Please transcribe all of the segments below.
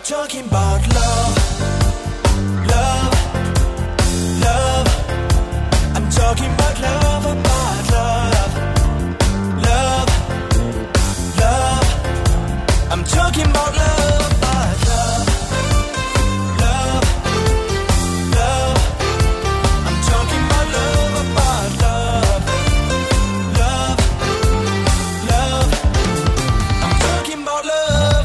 talking about love, love, love. I'm talking about love, love, love, love. I'm talking about love, love, love, love. I'm talking about love, love, love, love. I'm talking about love.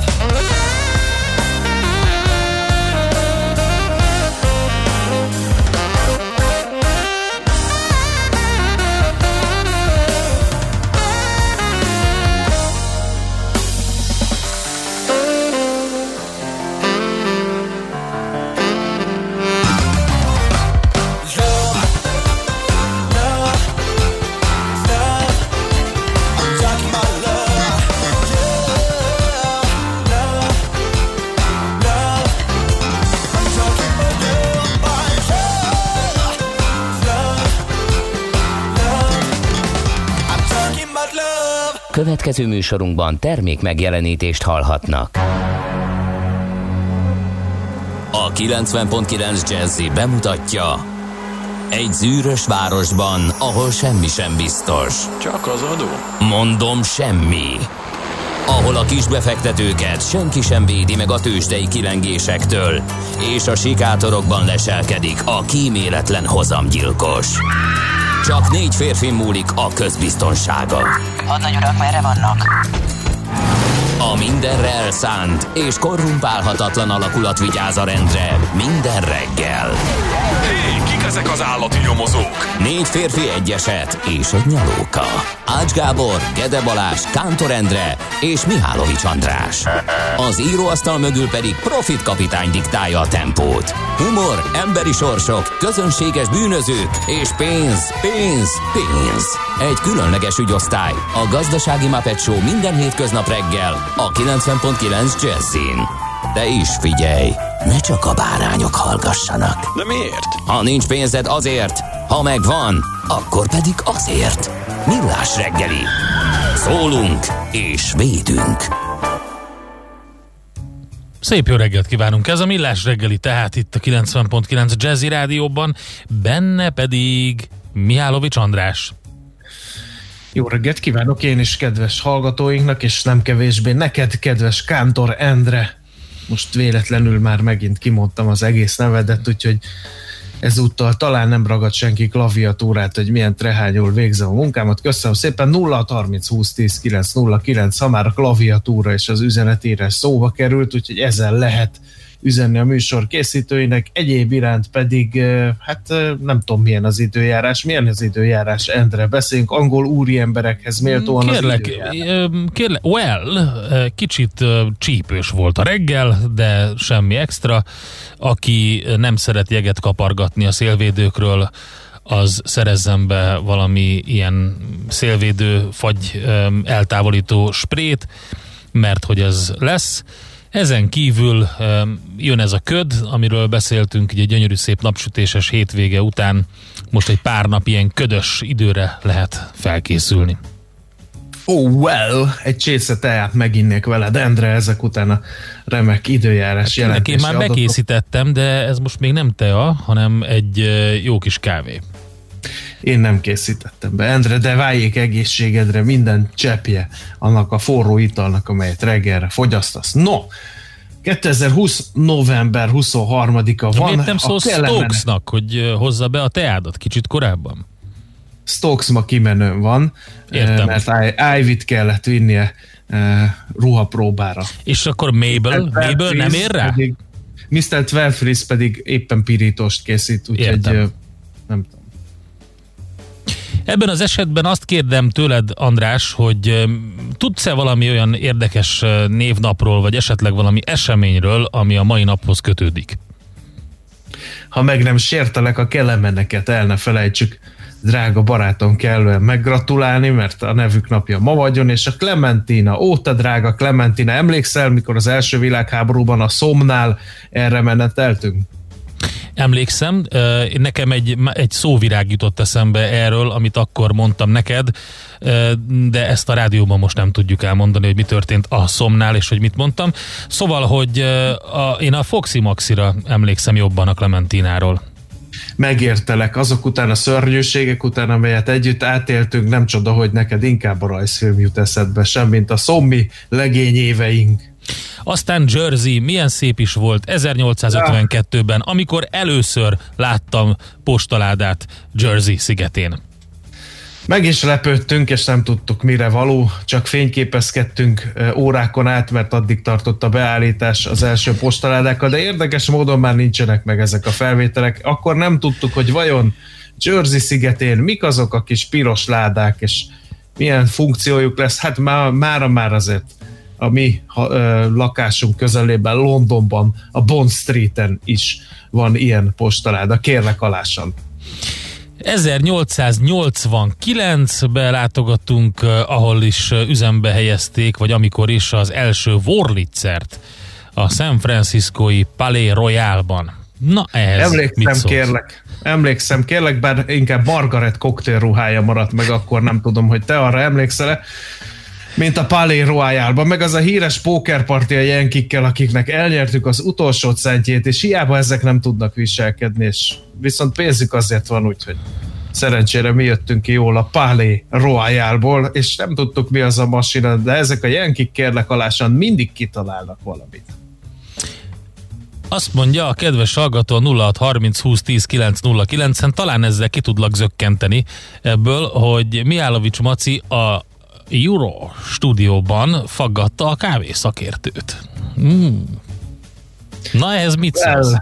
Következő műsorunkban termék megjelenítést hallhatnak. A 90.9 Jazzy bemutatja: egy zűrös városban, ahol semmi sem biztos. Csak az adó? Mondom, semmi. Ahol a kisbefektetőket senki sem védi meg a tőzsdei kilengésektől, és a sikátorokban leselkedik a kíméletlen hozamgyilkos. Csak 4 férfi múlik a közbiztonsága. Hadnagy urak, merre vannak? A mindenre elszánt és korrumpálhatatlan alakulat vigyáz a rendre minden reggel. Hé, kik ezek az állati nyomozók? 4 férfi, egy eset és egy nyalóka. Ács Gábor, Gede Balázs, Kántor Endre és Mihálovics András. Az íróasztal mögül pedig Profit kapitány diktálja a tempót. Humor, emberi sorsok, közönséges bűnözők és pénz, pénz, pénz. Egy különleges ügyosztály, a Gazdasági Muppet Show minden hétköznap reggel a 90.9 Jazzin. De is figyelj, ne csak a bárányok hallgassanak. De miért? Ha nincs pénzed, azért, ha megvan, akkor pedig azért. Millás reggeli. Szólunk és védünk. Szép jó reggelt kívánunk! Ez a Millás reggeli, tehát itt a 90.9 Jazzy Rádióban, benne pedig Mihálovics András. Jó reggelt kívánok én is kedves hallgatóinknak, és nem kevésbé neked, kedves Kántor Endre. Most véletlenül már megint kimondtam az egész nevedet, úgyhogy ezúttal talán nem ragad senki klaviatúrát, hogy milyen trehányul végzem a munkámat. Köszönöm szépen. 0-30 20 10 909, ha már a klaviatúra és az üzenetírás szóba került, úgyhogy ezzel lehet üzenni a műsor készítőinek. Egyéb iránt pedig, hát nem tudom milyen az időjárás. Milyen az időjárás, Endre? Beszéljünk angol úriemberekhez méltóan az időjárás. Kicsit csípős volt a reggel, de semmi extra. Aki nem szeret jeget kapargatni a szélvédőkről, az szerezzen be valami ilyen szélvédő fagy eltávolító sprét, mert hogy ez lesz. Ezen kívül jön ez a köd, amiről beszéltünk, egy gyönyörű szép napsütéses hétvége után most egy pár nap ilyen ködös időre lehet felkészülni. Egy csésze teát meginnék veled, Endre, ezek után a remek időjárás jelentési adatok. Én már bekészítettem, de ez most még nem tea, hanem egy jó kis kávé. Én nem készítettem be, Endre, de váljék egészségedre minden cseppje annak a forró italnak, amelyet reggelre fogyasztasz. No, 2020. november 23-a van. Miért nem szólsz Stokesnak, hogy hozza be a teádat kicsit korábban? Stokes ma kimenőn van, értem. Mert Ivy-t kellett vinnie ruhapróbára. És akkor Mabel nem ér rá? Mr. Twelfris pedig éppen pirítóst készít, úgyhogy nem tudom. Ebben az esetben azt kérdem tőled, András, hogy tudsz-e valami olyan érdekes névnapról, vagy esetleg valami eseményről, ami a mai naphoz kötődik? Ha meg nem sértelek a Kelemeneket, el ne felejtsük, drága barátom, kellően meggratulálni, mert a nevük napja ma vagyon, és a Clementina, te drága Clementina, emlékszel, mikor az első világháborúban a Somme-nál erre meneteltünk? Emlékszem, nekem egy szóvirág jutott eszembe erről, amit akkor mondtam neked, de ezt a rádióban most nem tudjuk elmondani, hogy mi történt a Szomnál, és hogy mit mondtam. Szóval, hogy én a Foxy Maxira emlékszem jobban a Clementináról. Megértelek, azok után a szörnyűségek után, amelyet együtt átéltünk, nem csoda, hogy neked inkább a rajzfilm jut eszedbe, sem mint a szommi legényéveink. Aztán Jersey, milyen szép is volt 1852-ben, amikor először láttam postaládát Jersey szigetén. Meg is lepődtünk, és nem tudtuk mire való, csak fényképezkedtünk órákon át, mert addig tartott a beállítás az első postaládákkal, de érdekes módon már nincsenek meg ezek a felvételek. Akkor nem tudtuk, hogy vajon Jersey szigetén mik azok a kis piros ládák, és milyen funkciójuk lesz. Hát már azért a mi lakásunk közelében, Londonban, a Bond Streeten is van ilyen postaláda, kérlek alásan. 1889-ben látogattunk, ahol is üzembe helyezték, vagy amikor is az első Wurlitzert a San Franciscói Palais Royalban. Na ehhez Emlékszem, kérlek, bár inkább Margaret cocktail ruhája maradt meg, akkor nem tudom, hogy te arra emlékszel-e, mint a Palais Royalban, meg az a híres pókerparti a Yankee-kkel, akiknek elnyertük az utolsó centjét, és hiába ezek nem tudnak viselkedni, és viszont pénzük azért van, úgyhogy szerencsére mi jöttünk ki jól a Palais Royalból, és nem tudtuk mi az a masina, de ezek a Yankee-k kérlek alásan mindig kitalálnak valamit. Azt mondja a kedves hallgató 0630 20 10 909-en, talán ezzel ki tudlak zökkenteni ebből, hogy Mihálovics Maci a Euro stúdióban faggatta a kávészakértőt. Na ehhez mit szólsz?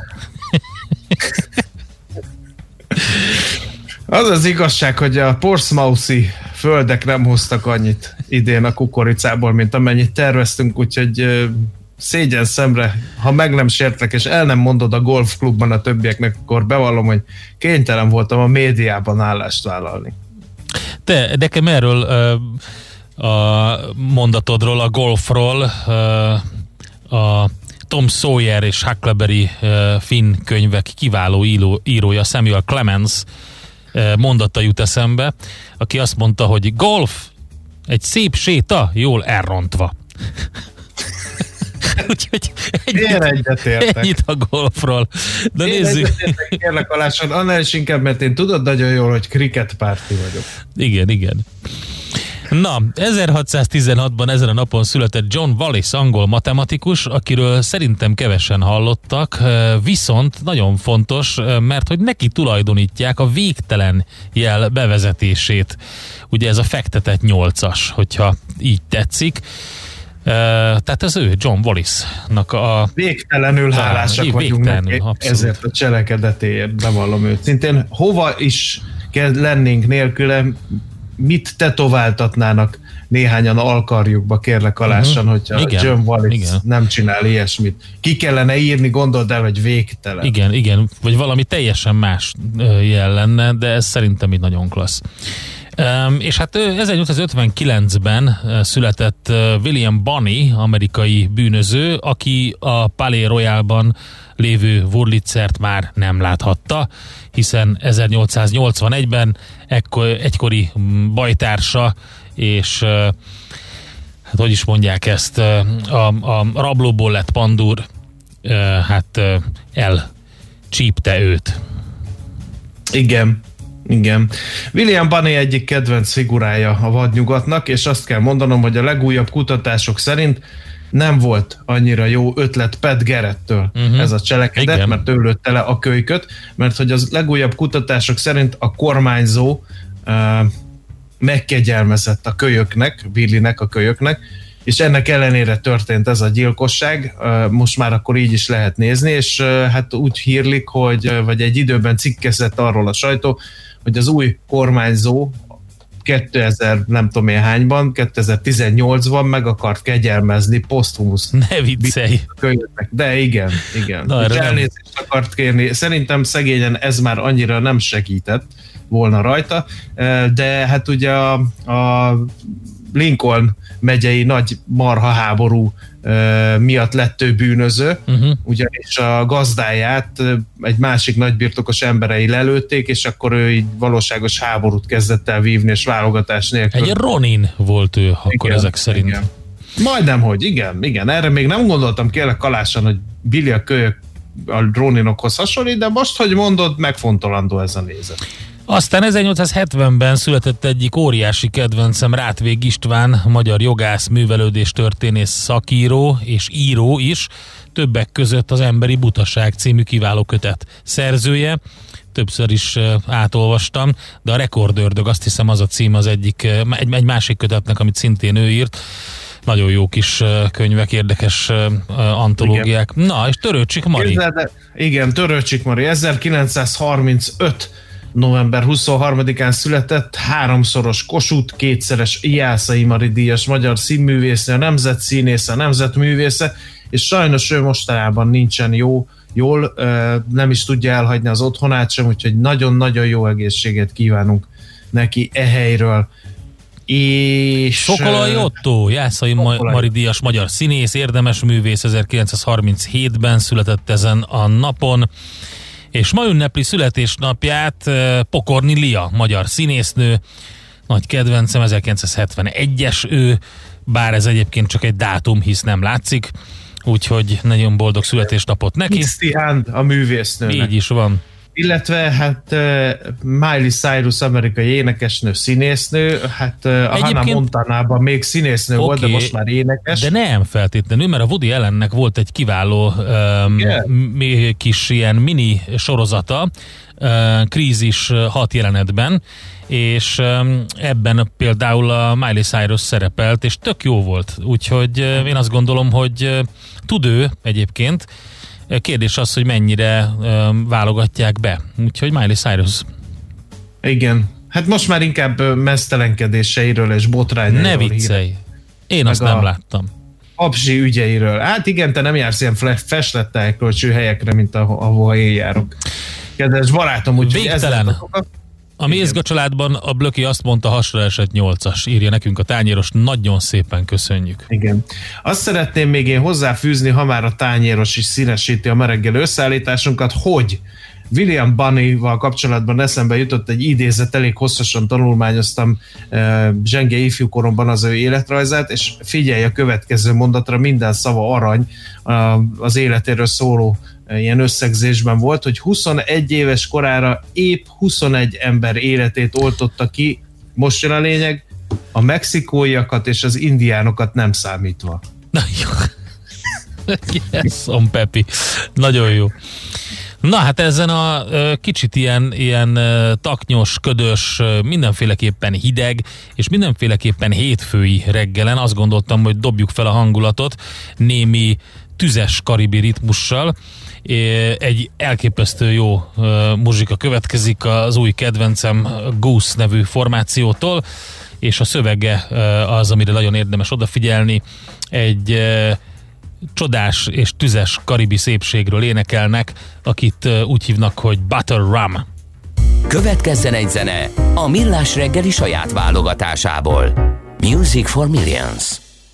Az az igazság, hogy a Portsmouthi földek nem hoztak annyit idén a kukoricából, mint amennyit terveztünk, úgyhogy szégyen szemre, ha meg nem sértlek, és el nem mondod a golfklubban a többieknek, akkor bevallom, hogy kénytelen voltam a médiában állást vállalni. Te, nekem erről a mondatodról, a golfról, a Tom Sawyer és Huckleberry Finn könyvek kiváló írója Samuel Clemens mondata jut eszembe, aki azt mondta, hogy golf egy szép séta, jól elrontva. Úgyhogy ennyit a golfról. De nézzük. Kérlek alásan, annál is inkább, mert én tudod nagyon jól, hogy cricket párti vagyok. Igen. Na, 1616-ban ezen a napon született John Wallis, angol matematikus, akiről szerintem kevesen hallottak, viszont nagyon fontos, mert hogy neki tulajdonítják a végtelen jel bevezetését. Ugye ez a fektetett 8-as, hogyha így tetszik. Tehát ez ő, John Wallisnak a... Végtelenül hálásak vagyunk neki ezért a cselekedetéért, bevallom őszintén. Hova is lennénk nélküle, mit tetováltatnának néhányan alkarjukba, kérlek alásan, hogyha John Wallis nem csinál ilyesmit. Ki kellene írni, gondold el, hogy végtelen. Igen, vagy valami teljesen más jel lenne, de ez szerintem így nagyon klassz. És hát 1859-ben született William Bonney, amerikai bűnöző, aki a Palais Royalban lévő Wurlitzert már nem láthatta, hiszen 1881-ben egykori bajtársa és hát hogy is mondják ezt, a rablóból lett pandúr, hát elcsípte őt. Igen. William Bonney egyik kedvenc figurája a vadnyugatnak, és azt kell mondanom, hogy a legújabb kutatások szerint nem volt annyira jó ötlet Pat Garrettől ez a cselekedet, igen, mert ő lőtte le a kölyköt, mert hogy az legújabb kutatások szerint a kormányzó megkegyelmezett a kölyöknek, Billynek, a kölyöknek, és ennek ellenére történt ez a gyilkosság, most már akkor így is lehet nézni, és hát úgy hírlik, hogy, vagy egy időben cikkezett arról a sajtó, hogy az új kormányzó 2000 nem tudom én hányban, 2018-ban meg akart kegyelmezni poszthumusz. Ne viccelj! De igen. Na, elnézést akart kérni. Szerintem szegényen ez már annyira nem segített volna rajta, de hát ugye a Lincoln megyei nagy marha háború miatt lett ő bűnöző, ugyanis a gazdáját egy másik nagybirtokos emberei lelőtték, és akkor ő így valóságos háborút kezdett el vívni, és válogatás nélkül. Egy Ronin volt ő, akkor igen, ezek szerint. Igen. Majdnem, hogy igen. Erre még nem gondoltam, kérlek Kalásan, hogy Billy a kölyök a Roninokhoz hasonlít, de most, hogy mondod, megfontolandó ez a nézet. Aztán 1870-ben született egyik óriási kedvencem, Rátvég István, magyar jogász, művelődés történész, szakíró és író is, többek között az Emberi Butaság című kiváló kötet szerzője. Többször is átolvastam, de a Rekordördög, azt hiszem az a cím az egyik, egy másik kötetnek, amit szintén ő írt. Nagyon jó kis könyvek, érdekes antológiák. Igen. Na, és Törőcsik Mari. Igen, Törőcsik Mari, 1935 november 23-án született, 3-szoros Kossuth, 2-szeres Jászai Mari díjas magyar színművésze, nemzetszínésze, nemzetművésze, és sajnos ő mostanában nincsen jól, nem is tudja elhagyni az otthonát sem, úgyhogy nagyon-nagyon jó egészséget kívánunk neki helyről. És Sokolai Otto, Jászai Mari díjas magyar színész, érdemes művész, 1937-ben született ezen a napon, és ma ünnepli születésnapját Pokorni Lia, magyar színésznő, nagy kedvencem, 1971-es ő, bár ez egyébként csak egy dátum, hisz nem látszik, úgyhogy nagyon boldog születésnapot neki. Misty Hand a művésznőnek. Így is van. Illetve hát Miley Cyrus amerikai énekesnő, színésznő, hát a Hannah Montanában még színésznő volt, de most már énekes. De nem feltétlenül, mert a Woody Allennek volt egy kiváló kis ilyen mini sorozata, Krízis 6 jelenetben, és ebben például a Miley Cyrus szerepelt, és tök jó volt. Úgyhogy én azt gondolom, hogy tud ő egyébként. Kérdés az, hogy mennyire válogatják be. Úgyhogy Miley Cyrus. Igen. Hát most már inkább meztelenkedéseiről és botrányairól. Ne viccelj. Én azt nem láttam. Apzsi ügyeiről. Hát igen, te nem jársz ilyen feslettelkölcső helyekre, mint ahova én járok. Kedves barátom, úgyhogy végtelen. A Mézga családban a Blöki azt mondta, hasra esett 8-as. Írja nekünk a tányéros, nagyon szépen köszönjük. Igen. Azt szeretném még én hozzáfűzni, ha már a tányéros is színesíti a mereggel összeállításunkat, hogy William Bunny-val kapcsolatban eszembe jutott egy idézet, elég hosszasan tanulmányoztam zsenge ifjúkoromban az ő életrajzát, és figyelj a következő mondatra, minden szava arany, az életéről szóló ilyen összegzésben volt, hogy 21 éves korára épp 21 ember életét oltotta ki, most jön a lényeg, a mexikóiakat és az indiánokat nem számítva. Na jó. Yes, on Pepi. Nagyon jó. Na hát ezen a kicsit ilyen taknyos, ködös, mindenféleképpen hideg, és mindenféleképpen hétfői reggelen azt gondoltam, hogy dobjuk fel a hangulatot némi tüzes karibi ritmussal. Egy elképesztő jó muzsika következik az új kedvencem Goose nevű formációtól, és a szövege az, amire nagyon érdemes odafigyelni. Egy csodás és tüzes karibi szépségről énekelnek, akit úgy hívnak, hogy Butter Rum. Következzen egy zene a Millás reggeli saját válogatásából. Music for Millions.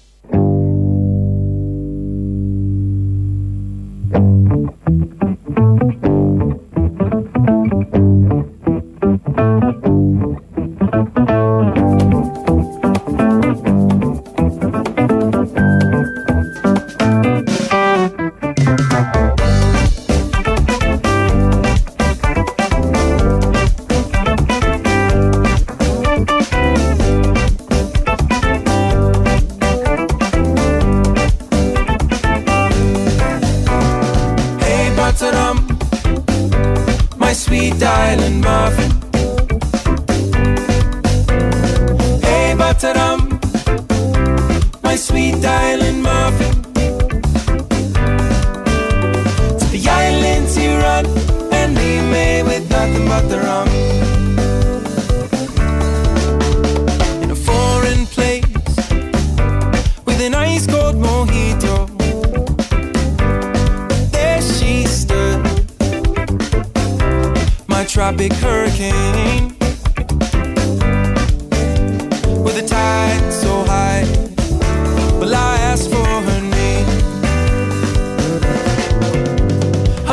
Tropic hurricane with a tide so high. Well, I asked for her name.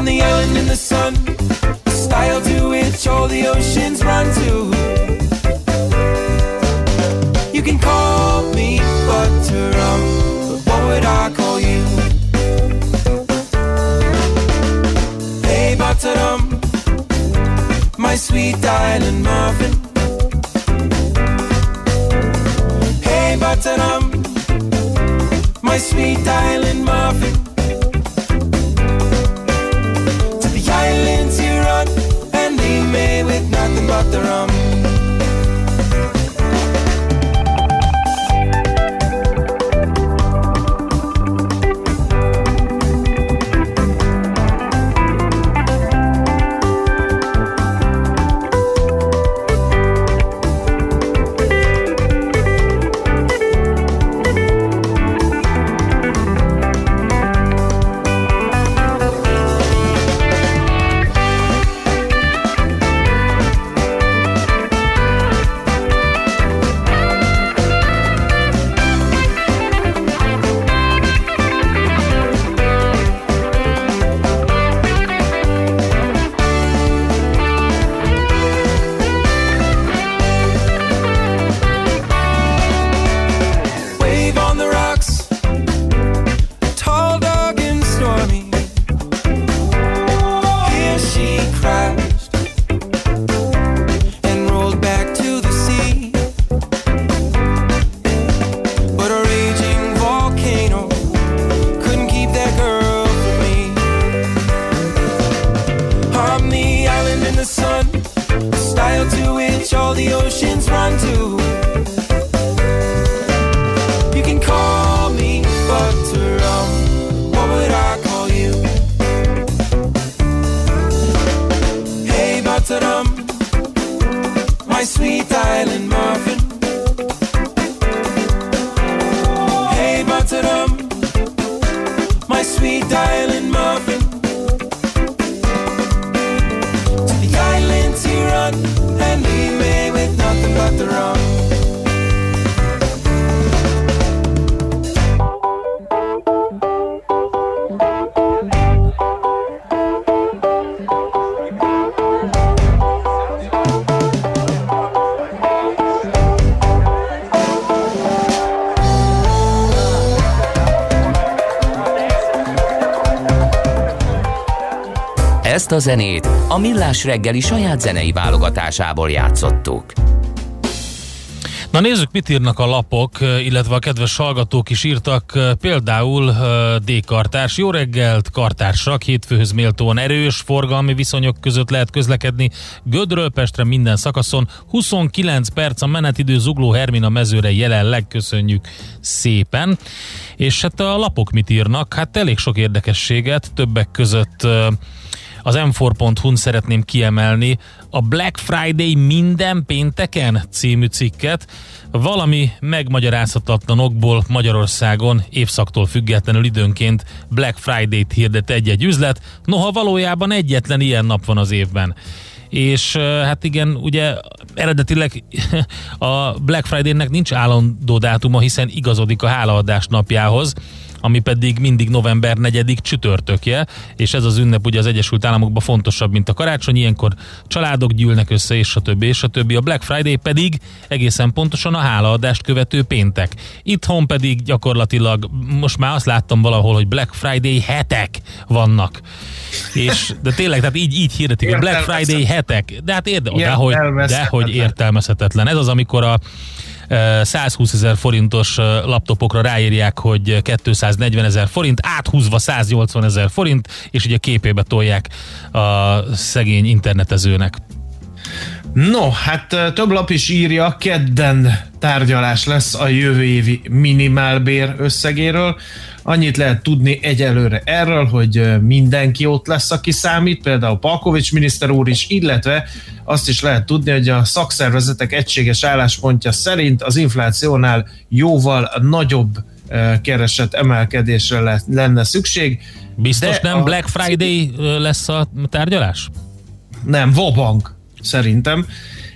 On the island in the sun, a style to which all the oceans run to. You can call me Butterum, but what would I call you? Hey Butterum, my sweet island muffin. Hey Butterum, my sweet island muffin. To the islands you run, and leave me with nothing but the rum. Ezt a zenét a Millás reggeli saját zenei válogatásából játszottuk. Na nézzük, mit írnak a lapok, illetve a kedves hallgatók is írtak. Például D. Kartárs: jó reggelt, kartársak, hétfőhöz méltóan erős forgalmi viszonyok között lehet közlekedni Gödről Pestre minden szakaszon. 29 perc a menetidő Zugló Hermina mezőre jelenleg, köszönjük szépen. És hát a lapok mit írnak? Hát elég sok érdekességet, többek között az m4.hu-n szeretném kiemelni a Black Friday minden pénteken című cikket. Valami megmagyarázhatatlan okból Magyarországon évszaktól függetlenül időnként Black Friday-t hirdet egy-egy üzlet, noha valójában egyetlen ilyen nap van az évben. És hát igen, ugye eredetileg a Black Friday-nek nincs állandó dátuma, hiszen igazodik a hálaadás napjához, ami pedig mindig november 4. csütörtökje, és ez az ünnep ugye az Egyesült Államokban fontosabb, mint a karácsony, ilyenkor családok gyűlnek össze, és a többi, és a többi. A Black Friday pedig egészen pontosan a hálaadást követő péntek. Itthon pedig gyakorlatilag most már azt láttam valahol, hogy Black Friday hetek vannak. És, de tényleg, tehát így hirdetik, hogy Black Friday hetek. De hát dehogy értelmezhetetlen. Ez az, amikor a 120 000 forintos laptopokra ráírják, hogy 240 000 forint, áthúzva 180 000 forint, és ugye képébe tolják a szegény internetezőnek. No, hát több lap is írja, kedden tárgyalás lesz a jövő évi minimálbér összegéről. Annyit lehet tudni egyelőre erről, hogy mindenki ott lesz, aki számít, például Palkovics miniszter úr is, illetve azt is lehet tudni, hogy a szakszervezetek egységes álláspontja szerint az inflációnál jóval nagyobb kereset emelkedésre lenne szükség. Biztos nem Black Friday lesz a tárgyalás? Nem, vabank szerintem.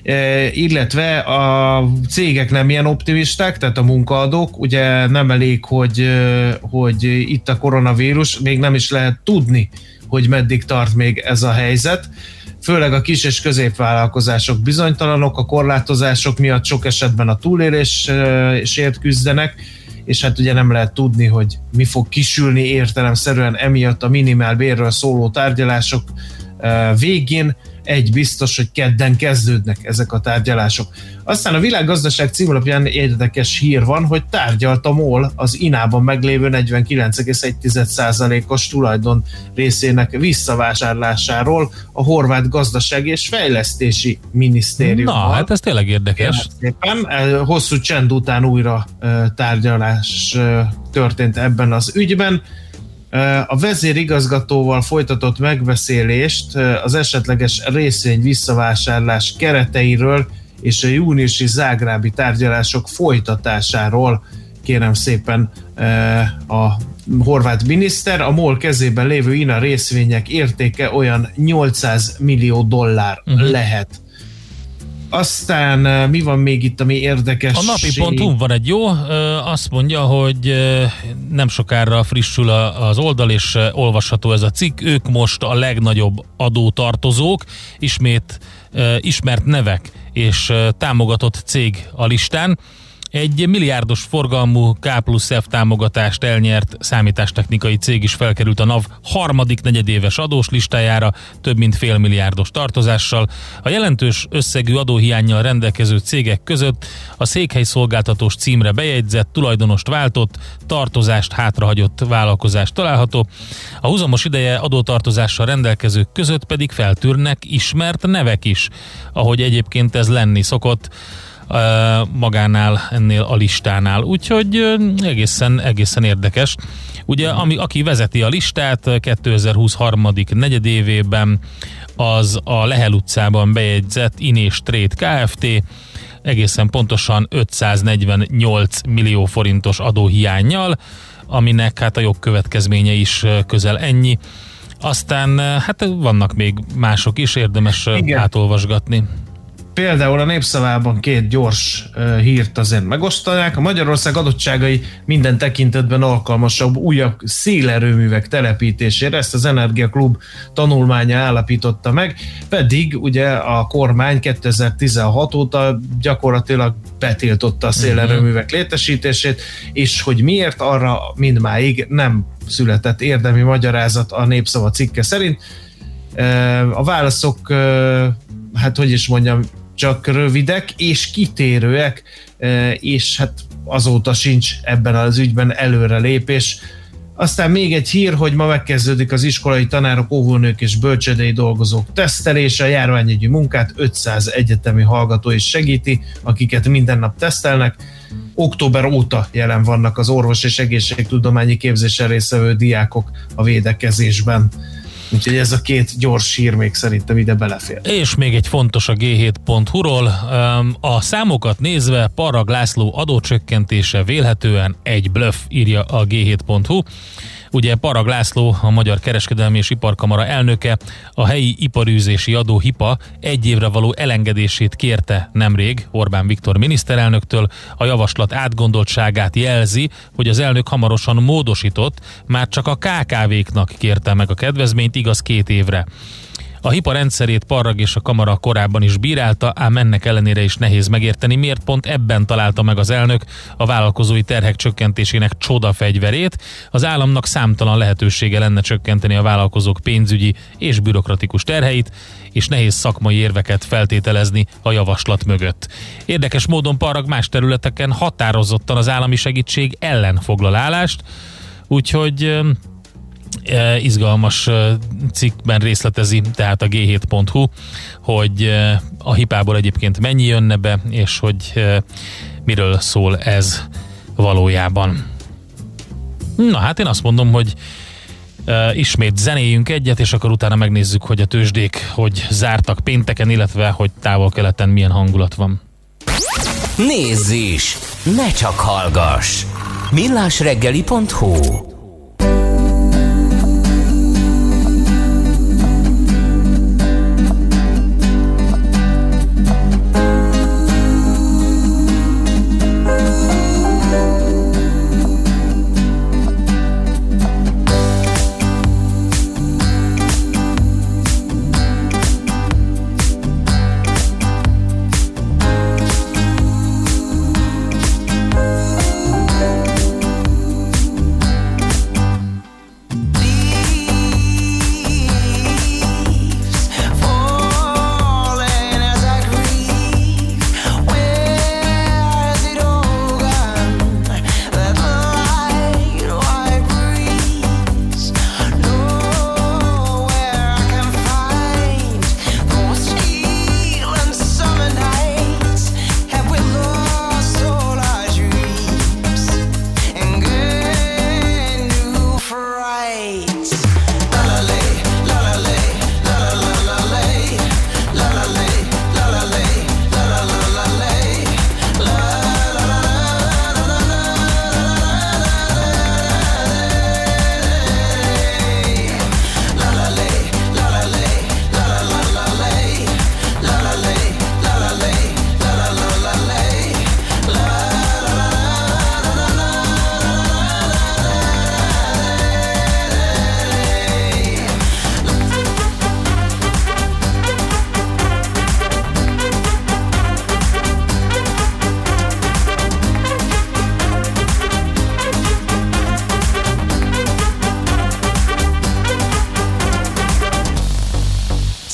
illetve a cégek nem ilyen optimisták, tehát a munkaadók, ugye nem elég, hogy itt a koronavírus, még nem is lehet tudni, hogy meddig tart még ez a helyzet. Főleg a kis és középvállalkozások bizonytalanok, a korlátozások miatt sok esetben a túlélésért küzdenek, és hát ugye nem lehet tudni, hogy mi fog kisülni értelemszerűen emiatt a minimálbérről szóló tárgyalások végén. Egy biztos, hogy kedden kezdődnek ezek a tárgyalások. Aztán a Világgazdaság címlapján érdekes hír van, hogy tárgyalt a MOL az INA-ban meglévő 49,1%-os tulajdon részének visszavásárlásáról a Horvát Gazdasági és Fejlesztési Minisztériummal. Na, hát ez tényleg érdekes. Szépen, hosszú csend után újra tárgyalás történt ebben az ügyben. A vezérigazgatóval folytatott megbeszélést az esetleges részvény visszavásárlás kereteiről és a júniusi zágrábi tárgyalások folytatásáról kérem szépen a horvát miniszter. A MOL kezében lévő INA részvények értéke olyan $800 millió lehet. Aztán mi van még itt, ami érdekes? A napi.hu van egy jó, azt mondja, hogy nem sokára frissül az oldal, és olvasható ez a cikk. Ők most a legnagyobb adótartozók, ismét ismert nevek és támogatott cég a listán. Egy milliárdos forgalmú K+F támogatást elnyert számítástechnikai cég is felkerült a NAV harmadik negyedéves adós listájára, több mint $500 milliárdos tartozással. A jelentős összegű adóhiánnyal rendelkező cégek között a székhelyszolgáltatós címre bejegyzett, tulajdonost váltott, tartozást hátrahagyott vállalkozás található. A húzamos ideje adótartozással rendelkezők között pedig feltűrnek ismert nevek is, ahogy egyébként ez lenni szokott magánál, ennél a listánál. Úgyhogy egészen érdekes. Ugye, aki vezeti a listát 2020 harmadik negyedévében, az a Lehel utcában bejegyzett Inés Trade Kft. Egészen pontosan 548 millió forintos adóhiánnyal, aminek hát a jogkövetkezménye is közel ennyi. Aztán hát vannak még mások is, érdemes átolvasgatni. Például a Népszavában két gyors hírt azért megosztanák. A Magyarország adottságai minden tekintetben alkalmasabb újabb szélerőművek telepítésére, ezt az Energiaklub tanulmánya állapította meg, pedig ugye a kormány 2016 óta gyakorlatilag betiltotta a szélerőművek létesítését, és hogy miért, arra mindmáig nem született érdemi magyarázat a Népszava cikke szerint. A válaszok, hát hogy is mondjam, csak rövidek és kitérőek, és hát azóta sincs ebben az ügyben előrelépés. Aztán még egy hír, hogy ma megkezdődik az iskolai tanárok, óvónők és bölcsődei dolgozók tesztelése, a járványügyi munkát 500 egyetemi hallgató is segíti, akiket minden nap tesztelnek. Október óta jelen vannak az orvos és egészségtudományi képzésen résztvevő diákok a védekezésben. Úgyhogy ez a két gyors hír még szerintem ide belefér. És még egy fontos a G7.hu-ról. A számokat nézve Parrag László adócsökkentése vélhetően egy bluff, írja a G7.hu. Ugye Parrag László, a Magyar Kereskedelmi és Iparkamara elnöke, a helyi iparűzési adó HIPA egy évre való elengedését kérte nemrég Orbán Viktor miniszterelnöktől. A javaslat átgondoltságát jelzi, hogy az elnök hamarosan módosított, már csak a KKV-knak kérte meg a kedvezményt, igaz 2 évre. A HIPA rendszerét Parrag és a Kamara korábban is bírálta, ám ennek ellenére is nehéz megérteni, miért pont ebben találta meg az elnök a vállalkozói terhek csökkentésének csodafegyverét. Az államnak számtalan lehetősége lenne csökkenteni a vállalkozók pénzügyi és bürokratikus terheit, és nehéz szakmai érveket feltételezni a javaslat mögött. Érdekes módon Parrag más területeken határozottan az állami segítség ellen foglal állást, úgyhogy izgalmas cikkben részletezi tehát a G7.hu, hogy a hipából egyébként mennyi jönne be, és hogy miről szól ez valójában. Na hát én azt mondom, hogy ismét zenéljünk egyet, és akkor utána megnézzük, hogy a tőzsdék hogy zártak pénteken, illetve hogy távol-keleten milyen hangulat van. Nézz is! Ne csak hallgass! millásreggeli.hu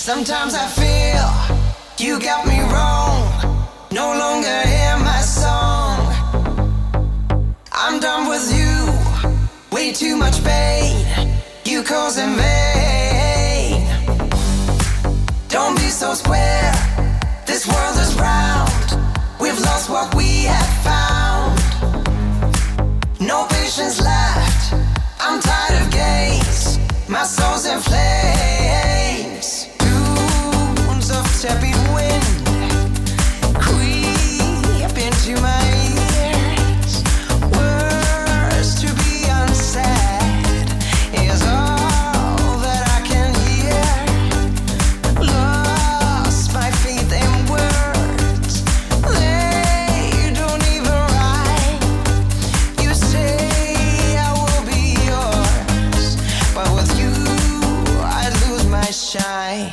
Sometimes I feel you got me wrong, no longer hear my song. I'm done with you, way too much pain you cause in vain. Don't be so square, this world is round, we've lost what we have found. No patience left, I'm tired of games, my soul's in flames. Tunes of tepid wind creep into my ears. Words to be unsaid is all that I can hear. Lost my faith in words, they don't even rhyme. You say I will be yours, but with you I lose my shine.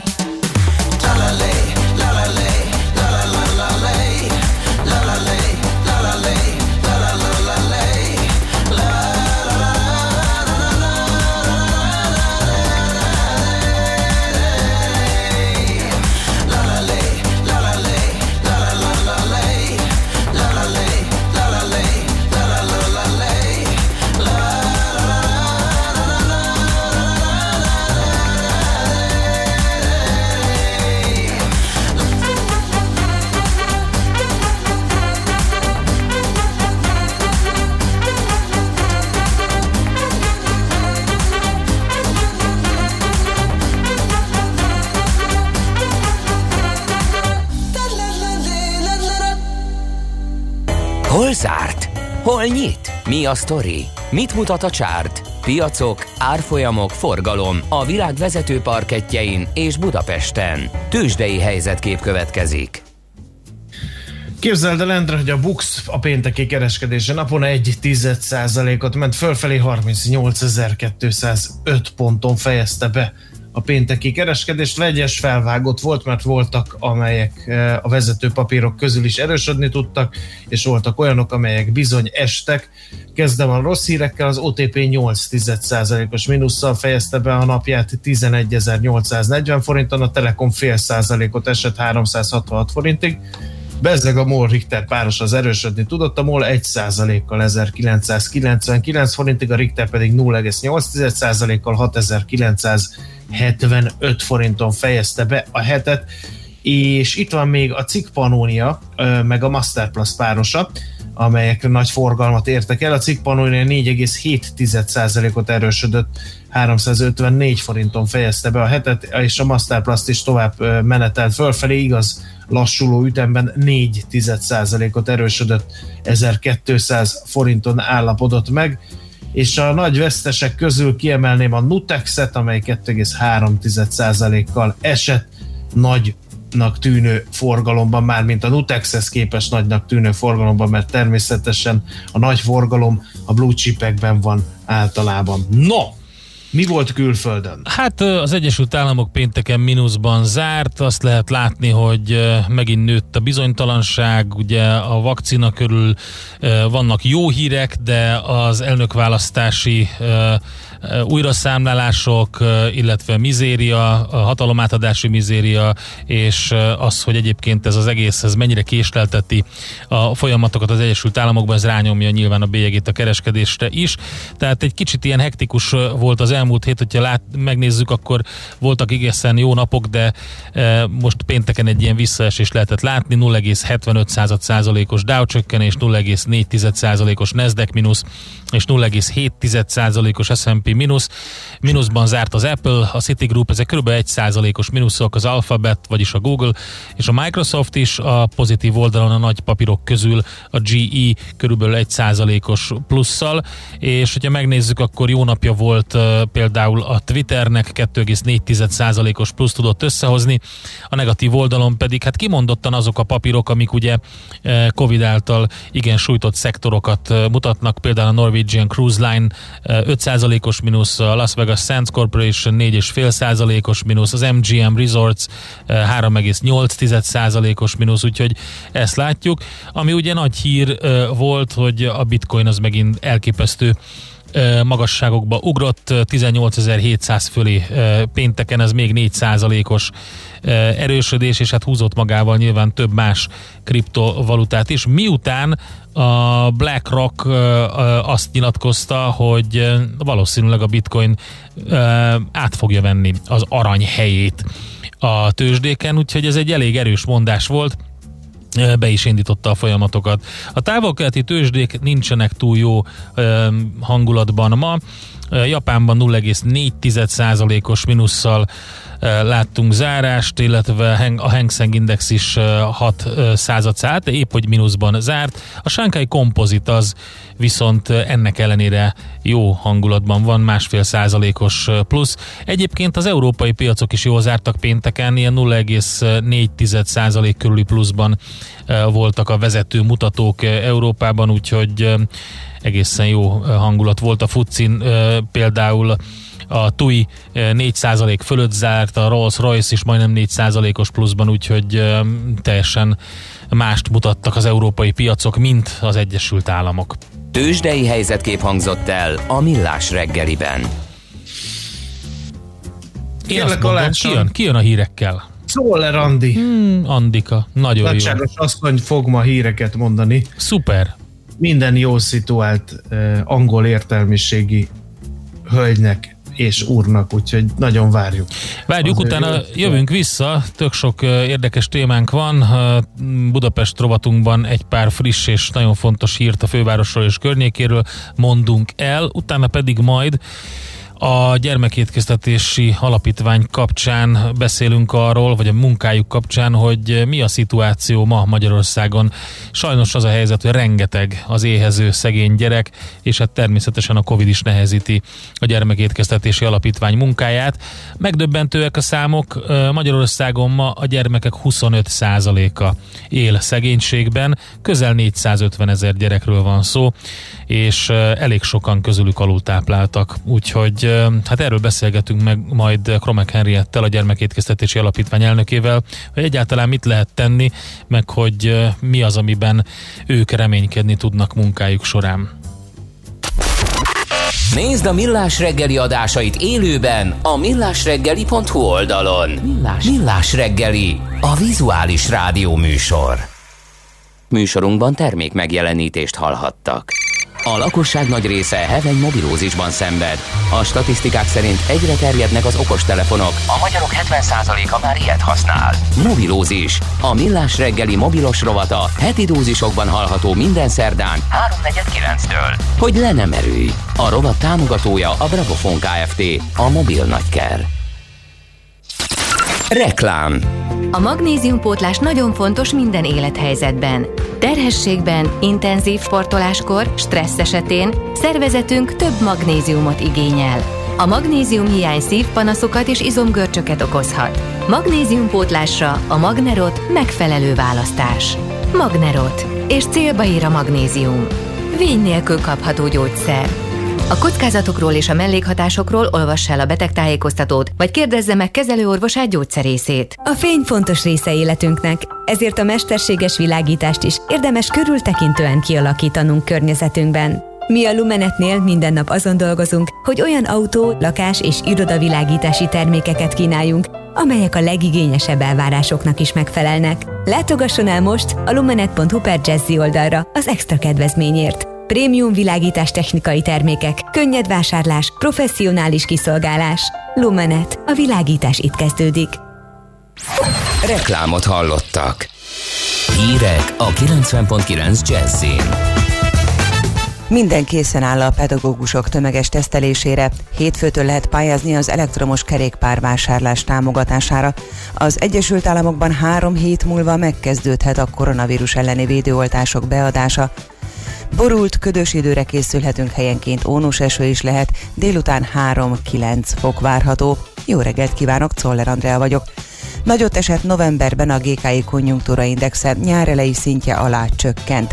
Hol zárt? Hol nyit? Mi a sztori? Mit mutat a csárt? Piacok, árfolyamok, forgalom a világ vezető parkettjein és Budapesten. Tőzsdei helyzetkép következik. Képzeld el, Endre, hogy a BUX a pénteki kereskedésen napon 1,1%-ot ment fölfelé, 38.205 ponton fejezte be a pénteki kereskedést. Vegyes felvágott volt, mert voltak, amelyek a vezető papírok közül is erősödni tudtak, és voltak olyanok, amelyek bizony estek. Kezdem a rossz hírekkel, az OTP 0,8%-os mínusszal fejezte be a napját 11.840 forinton, a Telekom fél százalékot esett 366 forintig. Bezzeg a MOL Richter páros az erősödni tudott, a MOL 1%-kal 1999 forintig, a Richter pedig 0,8%-kal 6975 forinton fejezte be a hetet, és itt van még a CIK Pannonia meg a Masterplast párosa, amelyek nagy forgalmat értek el. A CIK Pannonia 4,7%-ot erősödött, 354 forinton fejezte be a hetet, és a Masterplast is tovább menetelt fölfelé, igaz, lassuló ütemben 4%-ot erősödött, 1200 forinton állapodott meg, és a nagy vesztesek közül kiemelném a Nutexet, amely 2,3%-kal esett, nagynak tűnő forgalomban, mármint a Nutexhez képest nagynak tűnő forgalomban, mert természetesen a nagy forgalom a blue chipekben van általában. No! Mi volt külföldön? Hát az Egyesült Államok pénteken mínuszban zárt, azt lehet látni, hogy megint nőtt a bizonytalanság, ugye a vakcina körül vannak jó hírek, de az elnökválasztási újraszámlálások, illetve mizéria, a hatalomátadási mizéria, és az, hogy egyébként ez az egész, ez mennyire késlelteti a folyamatokat az Egyesült Államokban, ez rányomja nyilván a bélyegét a kereskedésre is. Tehát egy kicsit ilyen hektikus volt az elmúlt hét, hogyha megnézzük, akkor voltak egészen jó napok, de most pénteken egy ilyen visszaesés lehetett látni, 0,75%-os Dow csökkenés, 0,4%-os Nasdaq mínusz, és 0,7%-os S&P mínusz. Mínuszban zárt az Apple, a Citigroup, ezek kb. 1%-os mínuszok, az Alphabet, vagyis a Google, és a Microsoft is, a pozitív oldalon a nagy papírok közül a GE körülbelül 1%-os plusszal, és hogyha megnézzük, akkor jó napja volt például a Twitternek, 2,4%-os plusz tudott összehozni, a negatív oldalon pedig hát kimondottan azok a papírok, amik ugye Covid által igen sújtott szektorokat mutatnak, például a Norwegian Cruise Line 5%-os mínusz, a Las Vegas Sands Corporation 4,5%-os mínusz, az MGM Resorts 3,8%-os mínusz, úgyhogy ezt látjuk. Ami ugye nagy hír volt, hogy a Bitcoin az megint elképesztő magasságokba ugrott, 18.700 fölé pénteken, ez még 4%-os erősödés, és hát húzott magával nyilván több más kriptovalutát is. Miután a BlackRock azt nyilatkozta, hogy valószínűleg a bitcoin át fogja venni az arany helyét a tőzsdéken, úgyhogy ez egy elég erős mondás volt, be is indította a folyamatokat. A távol-keleti tőzsdék nincsenek túl jó hangulatban ma. Japánban 0,4%-os mínusszal láttunk zárást, illetve a Hang Seng Index is 0,06%, de épp hogy mínuszban zárt. A Shanghai Composite az viszont ennek ellenére jó hangulatban van, 1,5%-os plusz. Egyébként az európai piacok is jól zártak pénteken, ilyen 0,4% körüli pluszban voltak a vezető mutatók Európában, úgyhogy egészen jó hangulat volt a FTSE-n, például a TUI 4% fölött zárt, a Rolls-Royce is majdnem 4%-os pluszban, úgyhogy teljesen mást mutattak az európai piacok, mint az Egyesült Államok. Tőzsdei helyzetkép hangzott el a Millás reggeliben. Én azt mondom, ki jön a hírekkel? Czoller Andi. Andika, nagyon Nagyságos jó. asszony fog ma híreket mondani. Szuper. Minden jól szituált angol értelmiségi hölgynek és úrnak, úgyhogy nagyon várjuk. Várjuk, utána jövünk vissza, tök sok érdekes témánk van. Budapest rovatunkban egy pár friss és nagyon fontos hírt a fővárosról és környékéről mondunk el, utána pedig majd a gyermekétkeztetési alapítvány kapcsán beszélünk arról, vagy a munkájuk kapcsán, hogy mi a szituáció ma Magyarországon. Sajnos az a helyzet, hogy rengeteg az éhező szegény gyerek, és hát természetesen a Covid is nehezíti a gyermekétkeztetési alapítvány munkáját. Megdöbbentőek a számok, Magyarországon ma a gyermekek 25%-a él szegénységben, közel 450 000 gyerekről van szó, és elég sokan közülük alultápláltak, úgyhogy hát erről beszélgetünk meg majd Kromek Henriettel, a Gyermekétkeztetési Alapítvány elnökével, hogy egyáltalán mit lehet tenni, meg hogy mi az, amiben ők reménykedni tudnak munkájuk során. Nézd a Millás reggeli adásait élőben a millásreggeli.hu oldalon. Millás reggeli, a vizuális rádió műsor. Műsorunkban termék megjelenítést hallhattak. A lakosság nagy része heveny mobilózisban szenved. A statisztikák szerint egyre terjednek az okostelefonok. A magyarok 70%-a már ilyet használ. Mobilózis. A Millás reggeli mobilos rovata heti dózisokban hallható minden szerdán 3:49-től. Hogy le nem erőj. A rovat támogatója a Bravofon Kft. A mobil nagyker. Reklám. A magnéziumpótlás nagyon fontos minden élethelyzetben. Terhességben, intenzív sportoláskor, stressz esetén szervezetünk több magnéziumot igényel. A magnéziumhiány szívpanaszokat és izomgörcsöket okozhat. Magnéziumpótlásra a Magnerot megfelelő választás. Magnerot. És célba ér a magnézium. Vény nélkül kapható gyógyszer. A kockázatokról és a mellékhatásokról olvass el a betegtájékoztatót, vagy kérdezze meg kezelőorvosát, gyógyszerészét. A fény fontos része életünknek, ezért a mesterséges világítást is érdemes körültekintően kialakítanunk környezetünkben. Mi a Lumenetnél minden nap azon dolgozunk, hogy olyan autó, lakás és irodavilágítási termékeket kínáljunk, amelyek a legigényesebb elvárásoknak is megfelelnek. Látogasson el most a lumenet.hu/jazzy oldalra az extra kedvezményért. Prémium világítás technikai termékek, könnyed vásárlás, professzionális kiszolgálás. Lumenet. A világítás itt kezdődik. Reklámot hallottak. Hírek a 90.9 Jazzin. Minden készen áll a pedagógusok tömeges tesztelésére. Hétfőtől lehet pályázni az elektromos kerékpárvásárlás támogatására. Az Egyesült Államokban 3 hét múlva megkezdődhet a koronavírus elleni védőoltások beadása. Borult, ködös időre készülhetünk, helyenként ónos eső is lehet, délután 3-9 fok várható. Jó reggelt kívánok, Czoller Andrea vagyok. Nagyot esett novemberben a GKI konjunktúra indexe, nyárelei szintje alá csökkent.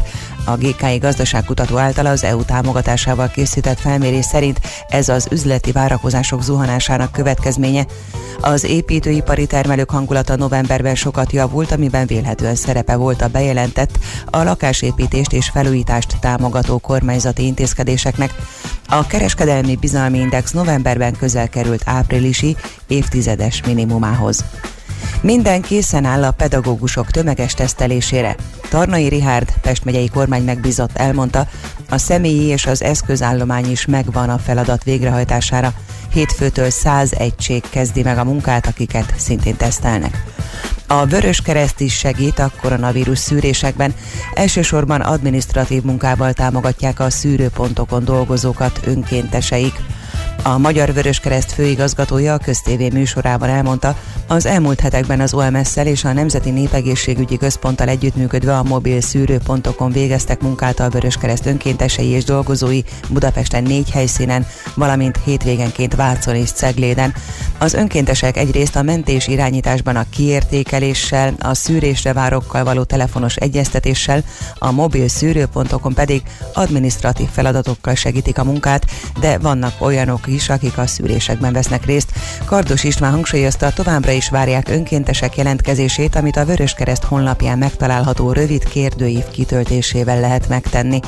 A GKI gazdaságkutató által az EU támogatásával készített felmérés szerint ez az üzleti várakozások zuhanásának következménye. Az építőipari termelők hangulata novemberben sokat javult, amiben vélhetően szerepe volt a bejelentett, a lakásépítést és felújítást támogató kormányzati intézkedéseknek. A kereskedelmi bizalmi index novemberben közel került áprilisi évtizedes minimumához. Minden készen áll a pedagógusok tömeges tesztelésére. Tarnai Richárd, Pest megyei kormány megbízott elmondta, a személyi és az eszközállomány is megvan a feladat végrehajtására. Hétfőtől 100 egység kezdi meg a munkát, akiket szintén tesztelnek. A Vöröskereszt is segít a koronavírus szűrésekben, elsősorban adminisztratív munkával támogatják a szűrőpontokon dolgozókat önkénteseik. A Magyar Vöröskereszt főigazgatója a Köztévé műsorában elmondta, az elmúlt hetekben az OMS-szel és a Nemzeti Népegészségügyi Központtal együttműködve a mobil szűrőpontokon végeztek munkát a Vöröskereszt önkéntesei és dolgozói Budapesten 4 helyszínen, valamint hétvégenként Vácon és Cegléden. Az önkéntesek egyrészt a mentés irányításban a kiértékeléssel, a szűrésre várókkal való telefonos egyeztetéssel, a mobil szűrőpontokon pedig adminisztratív feladatokkal segítik a munkát, de vannak olyanok is, akik a szűrésekben vesznek részt. Kardos István hangsúlyozta, továbbra is várják önkéntesek jelentkezését, amit a Vöröskereszt honlapján megtalálható rövid kérdőív kitöltésével lehet megtenni.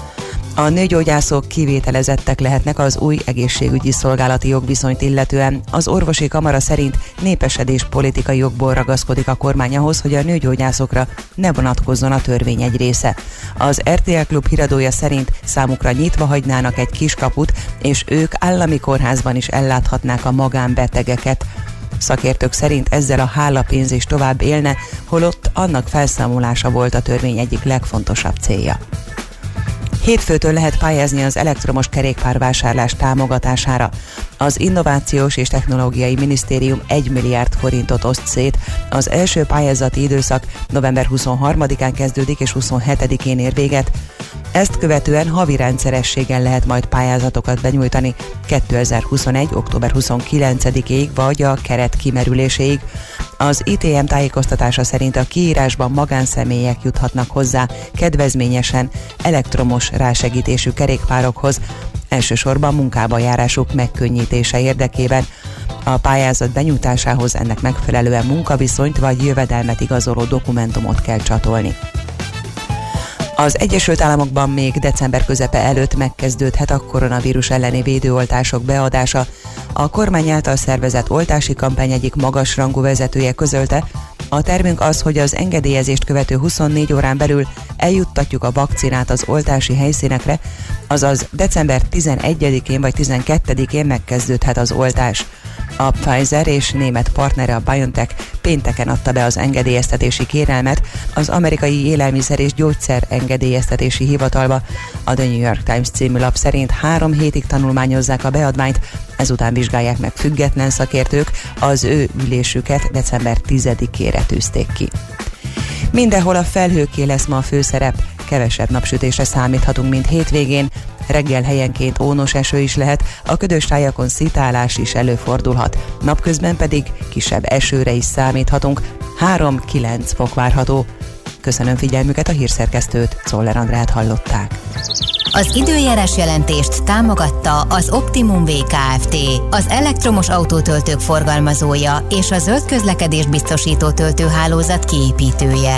A nőgyógyászok kivételezettek lehetnek az új egészségügyi szolgálati jogviszonyt illetően. Az orvosi kamara szerint népesedés politikai jogból ragaszkodik a kormány ahhoz, hogy a nőgyógyászokra ne vonatkozzon a törvény egy része. Az RTL Klub híradója szerint számukra nyitva hagynának egy kiskaput, és ők állami kórházban is elláthatnák a magánbetegeket. Szakértők szerint ezzel a hálapénz is tovább élne, holott annak felszámolása volt a törvény egyik legfontosabb célja. Hétfőtől lehet pályázni az elektromos kerékpárvásárlás támogatására. Az Innovációs és Technológiai Minisztérium 1 milliárd forintot oszt szét. Az első pályázati időszak november 23-án kezdődik és 27-én ér véget. Ezt követően havi rendszerességgel lehet majd pályázatokat benyújtani 2021. október 29-ig vagy a keret kimerüléséig. Az ITM tájékoztatása szerint a kiírásban magánszemélyek juthatnak hozzá kedvezményesen elektromos rásegítésű kerékpárokhoz, elsősorban munkába járásuk megkönnyítése érdekében. A pályázat benyújtásához ennek megfelelően munkaviszonyt vagy jövedelmet igazoló dokumentumot kell csatolni. Az Egyesült Államokban még december közepe előtt megkezdődhet a koronavírus elleni védőoltások beadása. A kormány által szervezett oltási kampány egyik magasrangú vezetője közölte, a tervünk az, hogy az engedélyezést követő 24 órán belül eljuttatjuk a vakcinát az oltási helyszínekre, azaz december 11-én vagy 12-én megkezdődhet az oltás. A Pfizer és német partnere a BioNTech pénteken adta be az engedélyeztetési kérelmet az amerikai élelmiszer és gyógyszer engedélyeztetési hivatalba. A The New York Times című lap szerint 3 hétig tanulmányozzák a beadványt, ezután vizsgálják meg független szakértők, az ő ülésüket december 10-ére tűzték ki. Mindenhol a felhőké lesz ma a főszerep, kevesebb napsütésre számíthatunk, mint hétvégén, reggel helyenként ónos eső is lehet, a ködös tájakon szitálás is előfordulhat, napközben pedig kisebb esőre is számíthatunk, 3-9 fok várható. Köszönöm figyelmüket, a hírszerkesztőt, Czoller Andrát hallották. Az időjárás jelentést támogatta az Optimum Kft., az elektromos autótöltők forgalmazója és a zöld közlekedés biztosító töltőhálózat kiépítője.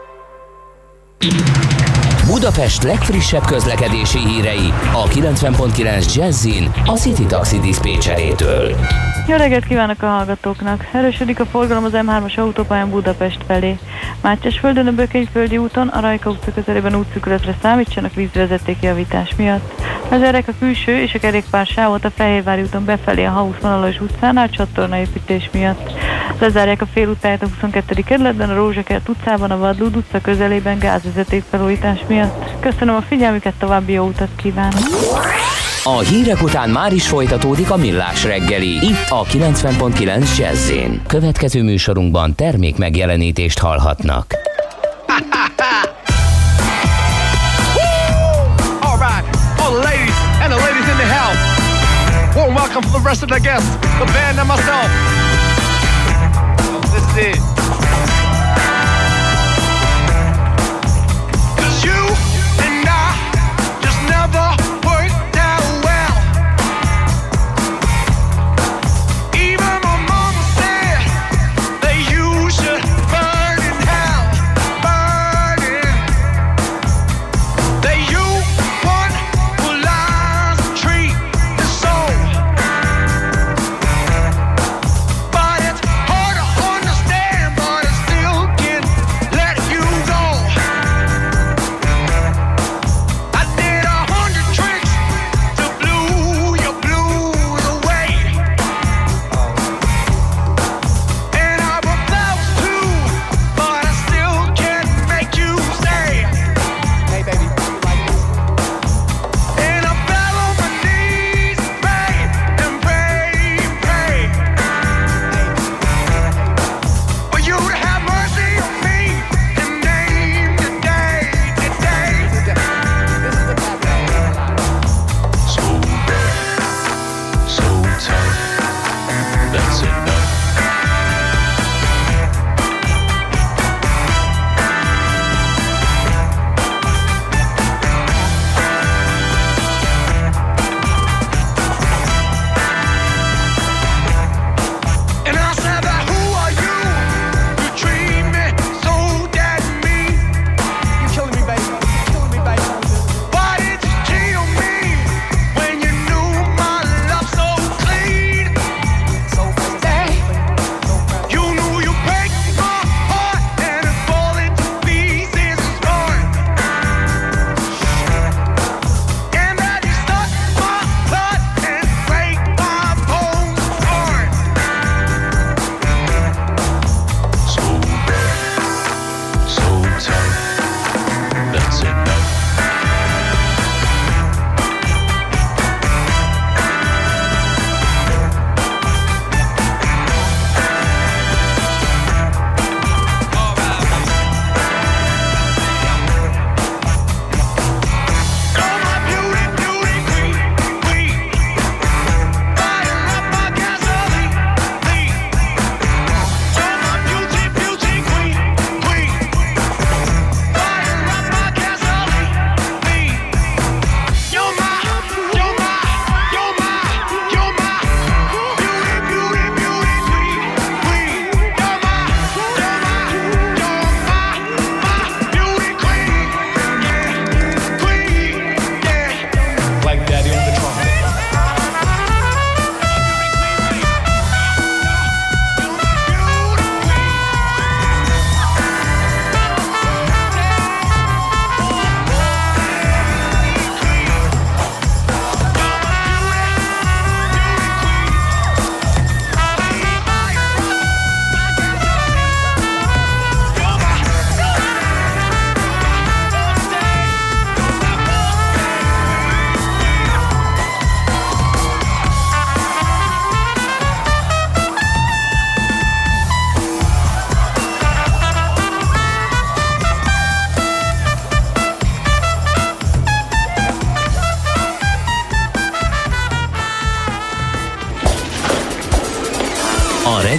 Budapest legfrissebb közlekedési hírei a 90.9 Jazzin a City Taxi diszpécserétől. Jó reggelt kívánok a hallgatóknak! Erősödik a forgalom az M3-as autópályán Budapest felé. Mátyásföldön a Bökényföldi úton a Rajka utca közelében útszűkületre számítsanak vízvezetékjavítás miatt. Lezárják a külső és a kerékpársávot a Fehérvári úton befelé a Hausz vonalas utcánál csatornaépítés miatt. Lezárják a félútpályát a 22. kerületben, a Rózsakert utcában, a Vadlód utca közelében gázvezeték felújítás miatt. Köszönöm a figyelmüket, további jó utat kívánok! A hírek után már is folytatódik a Millás reggeli, itt a 90.9 Jazz-én. Következő műsorunkban termék megjelenítést hallhatnak. All right, all the ladies and the ladies in the house. Warm welcome for the rest of the guests, the band and myself. This is it. It's you and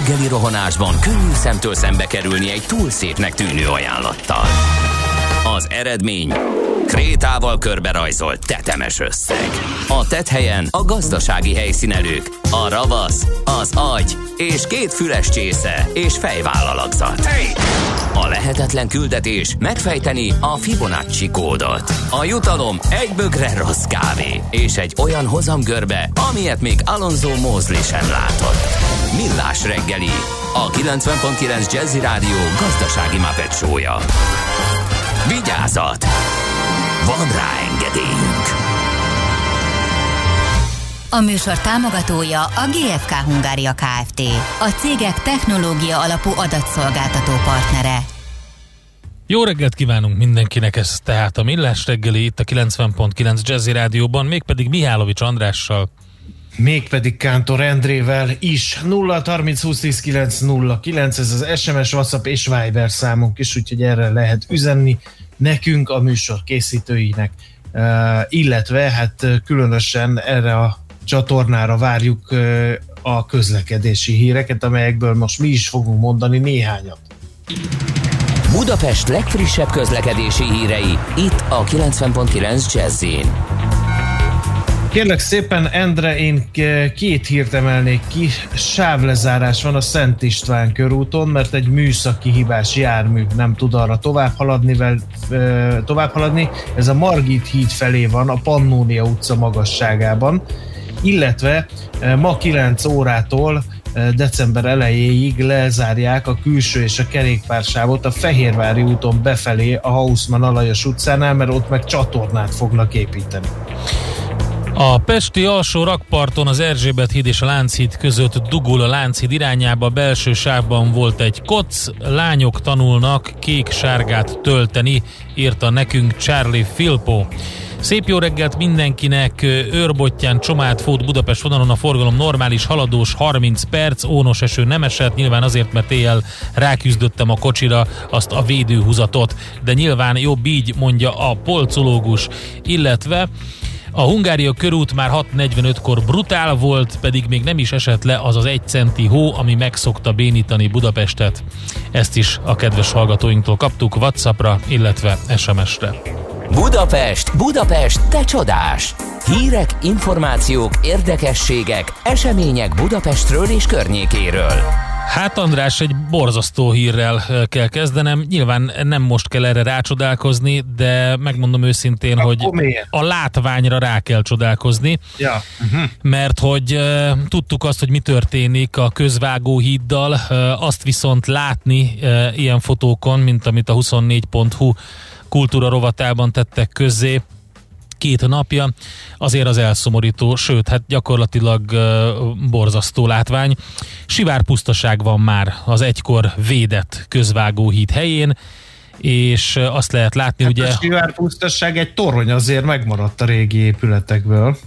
reggeli rohanásban könnyű szemtől szembe kerülni egy túl szépnek tűnő ajánlattal. Az eredmény krétával körberajzolt tetemes összeg. A tetthelyen a gazdasági helyszínelők, a ravasz, az agy és 2 füles csésze és fejvállalakzat. A lehetetlen küldetés megfejteni a Fibonacci kódot. A jutalom egy bögre rossz kávé és egy olyan hozamgörbe, amilyet még Alonso Mosley sem látott. Millás reggeli, a 90.9 Jazzy Rádió gazdasági Muppet show-ja. Vigyázat! Van rá engedélyünk! A műsor támogatója a GFK Hungária Kft. A cégek technológia alapú adatszolgáltató partnere. Jó reggelt kívánunk mindenkinek, ez tehát a Millás reggeli itt a 90.9 Jazzy Rádióban, mégpedig Mihálovics Andrással. Mégpedig Kántor Endrével is. 0-30-20-10-9-09, ez az SMS, WhatsApp és Viber számunk is, úgyhogy erre lehet üzenni nekünk, a műsor készítőinek, illetve hát különösen erre a csatornára várjuk a közlekedési híreket, amelyekből most mi is fogunk mondani néhányat. Budapest legfrissebb közlekedési hírei, itt a 90.9 Jazzyn. Kérlek szépen, Endre, én 2 hírt emelnék ki. Sávlezárás van a Szent István körúton, mert egy műszaki hibás jármű nem tud arra tovább haladni. Ez a Margit híd felé van, a Pannónia utca magasságában. Illetve ma 9 órától december elejéig lezárják a külső és a kerékpársávot a Fehérvári úton befelé a Hausmann Alajos utcánál, mert ott meg csatornát fognak építeni. A pesti alsó rakparton az Erzsébet híd és a Lánchíd között dugul a Lánchíd irányába, a belső sávban volt egy koc, lányok tanulnak kék-sárgát tölteni, írta nekünk Charlie Filpo. Szép jó reggelt mindenkinek, Őrbottyán Csomádfót Budapest vonalon a forgalom normális, haladós, 30 perc, ónos eső nem esett, nyilván azért, mert éjjel ráküzdöttem a kocsira azt a védőhúzatot, de nyilván jobb így, mondja a polcológus, illetve a Hungária körút már 6:45-kor brutál volt, pedig még nem is esett le az 1 centi hó, ami megszokta bénítani Budapestet. Ezt is a kedves hallgatóinktól kaptuk WhatsAppra, illetve SMS-re. Budapest, Budapest, te csodás! Hírek, információk, érdekességek, események Budapestről és környékéről. Hát András, egy borzasztó hírrel kell kezdenem. Nyilván nem most kell erre rácsodálkozni, de megmondom őszintén, hogy a látványra rá kell csodálkozni. Ja. Mert hogy tudtuk azt, hogy mi történik a Közvágóhíddal, azt viszont látni ilyen fotókon, mint amit a 24.hu kultúra rovatában tettek közzé 2 napja, azért az elszomorító, sőt, hát gyakorlatilag borzasztó látvány. Sivárpusztaság van már az egykor védett Közvágóhíd helyén, és azt lehet látni, hát ugye... A sivárpusztaság, egy torony azért megmaradt a régi épületekből.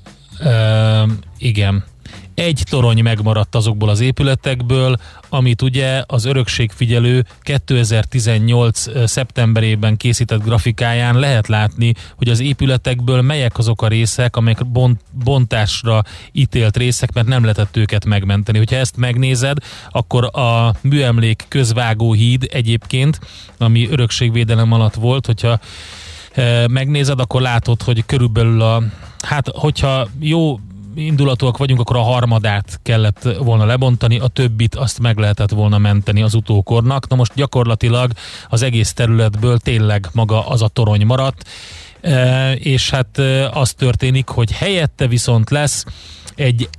Igen. Egy torony megmaradt azokból az épületekből, amit ugye az örökségfigyelő 2018. szeptemberében készített grafikáján lehet látni, hogy az épületekből melyek azok a részek, amelyek bontásra ítélt részek, mert nem lehetett őket megmenteni. Hogyha ezt megnézed, akkor a műemlék Közvágóhíd egyébként, ami örökségvédelem alatt volt, hogyha megnézed, akkor látod, hogy körülbelül hogyha jó indulatúak vagyunk, akkor a harmadát kellett volna lebontani, a többit azt meg lehetett volna menteni az utókornak. Na most gyakorlatilag az egész területből tényleg maga az a torony maradt, és hát az történik, hogy helyette viszont lesz egy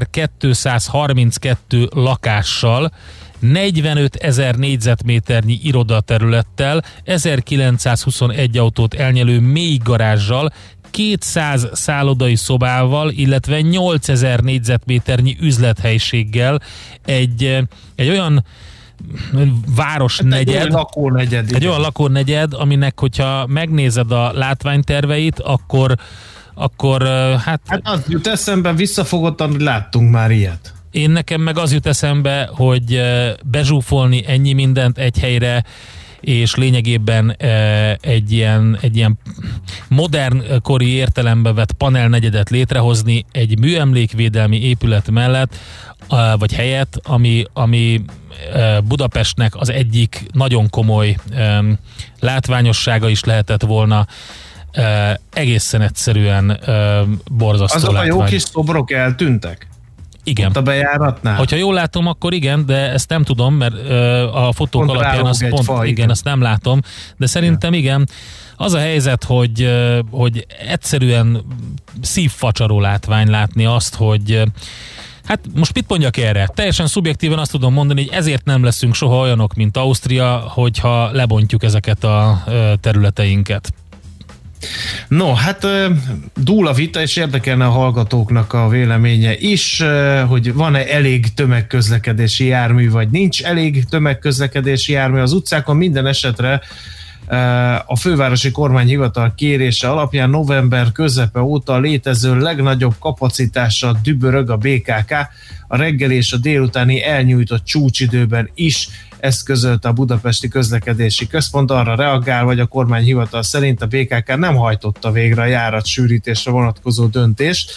1232 lakással, 45 000 négyzetméternyi irodaterülettel, 1921 autót elnyelő mély garázsal, 200 szállodai szobával, illetve 8000 négyzetméternyi üzlethelyiséggel egy olyan városnegyed, egy olyan lakónegyed, aminek, hogyha megnézed a látványterveit, akkor hát az jut eszembe, visszafogottan, hogy láttunk már ilyet. Nekem meg az jut eszembe, hogy bezsúfolni ennyi mindent egy helyre, és lényegében egy ilyen modern kori értelembe vett panelnegyedet létrehozni egy műemlékvédelmi épület mellett, vagy helyett, ami Budapestnek az egyik nagyon komoly látványossága is lehetett volna. Egészen egyszerűen borzasztó azok látvány. A jó kis szobrok eltűntek? Igen. Ott a bejáratnál? Hogyha jól látom, akkor igen, de ezt nem tudom, mert a fotók pont alapján azt pont, fa, igen, azt nem látom, de szerintem igen. Az a helyzet, hogy egyszerűen szívfacsaró látvány látni azt, hogy hát most mit mondjak erre? Teljesen szubjektíven azt tudom mondani, hogy ezért nem leszünk soha olyanok, mint Ausztria, hogyha lebontjuk ezeket a területeinket. No, hát dúl a vita, és érdekelne a hallgatóknak a véleménye is, hogy van-e elég tömegközlekedési jármű, vagy nincs elég tömegközlekedési jármű az utcákon. Minden esetre a fővárosi kormányhivatal kérése alapján november közepe óta létező legnagyobb kapacitással dübörög a BKK a reggeli és a délutáni elnyújtott csúcsidőben is. Ezt közölte a Budapesti Közlekedési Központ, arra reagál, hogy a kormányhivatal szerint a BKK nem hajtotta végre a járatsűrítésre vonatkozó döntést,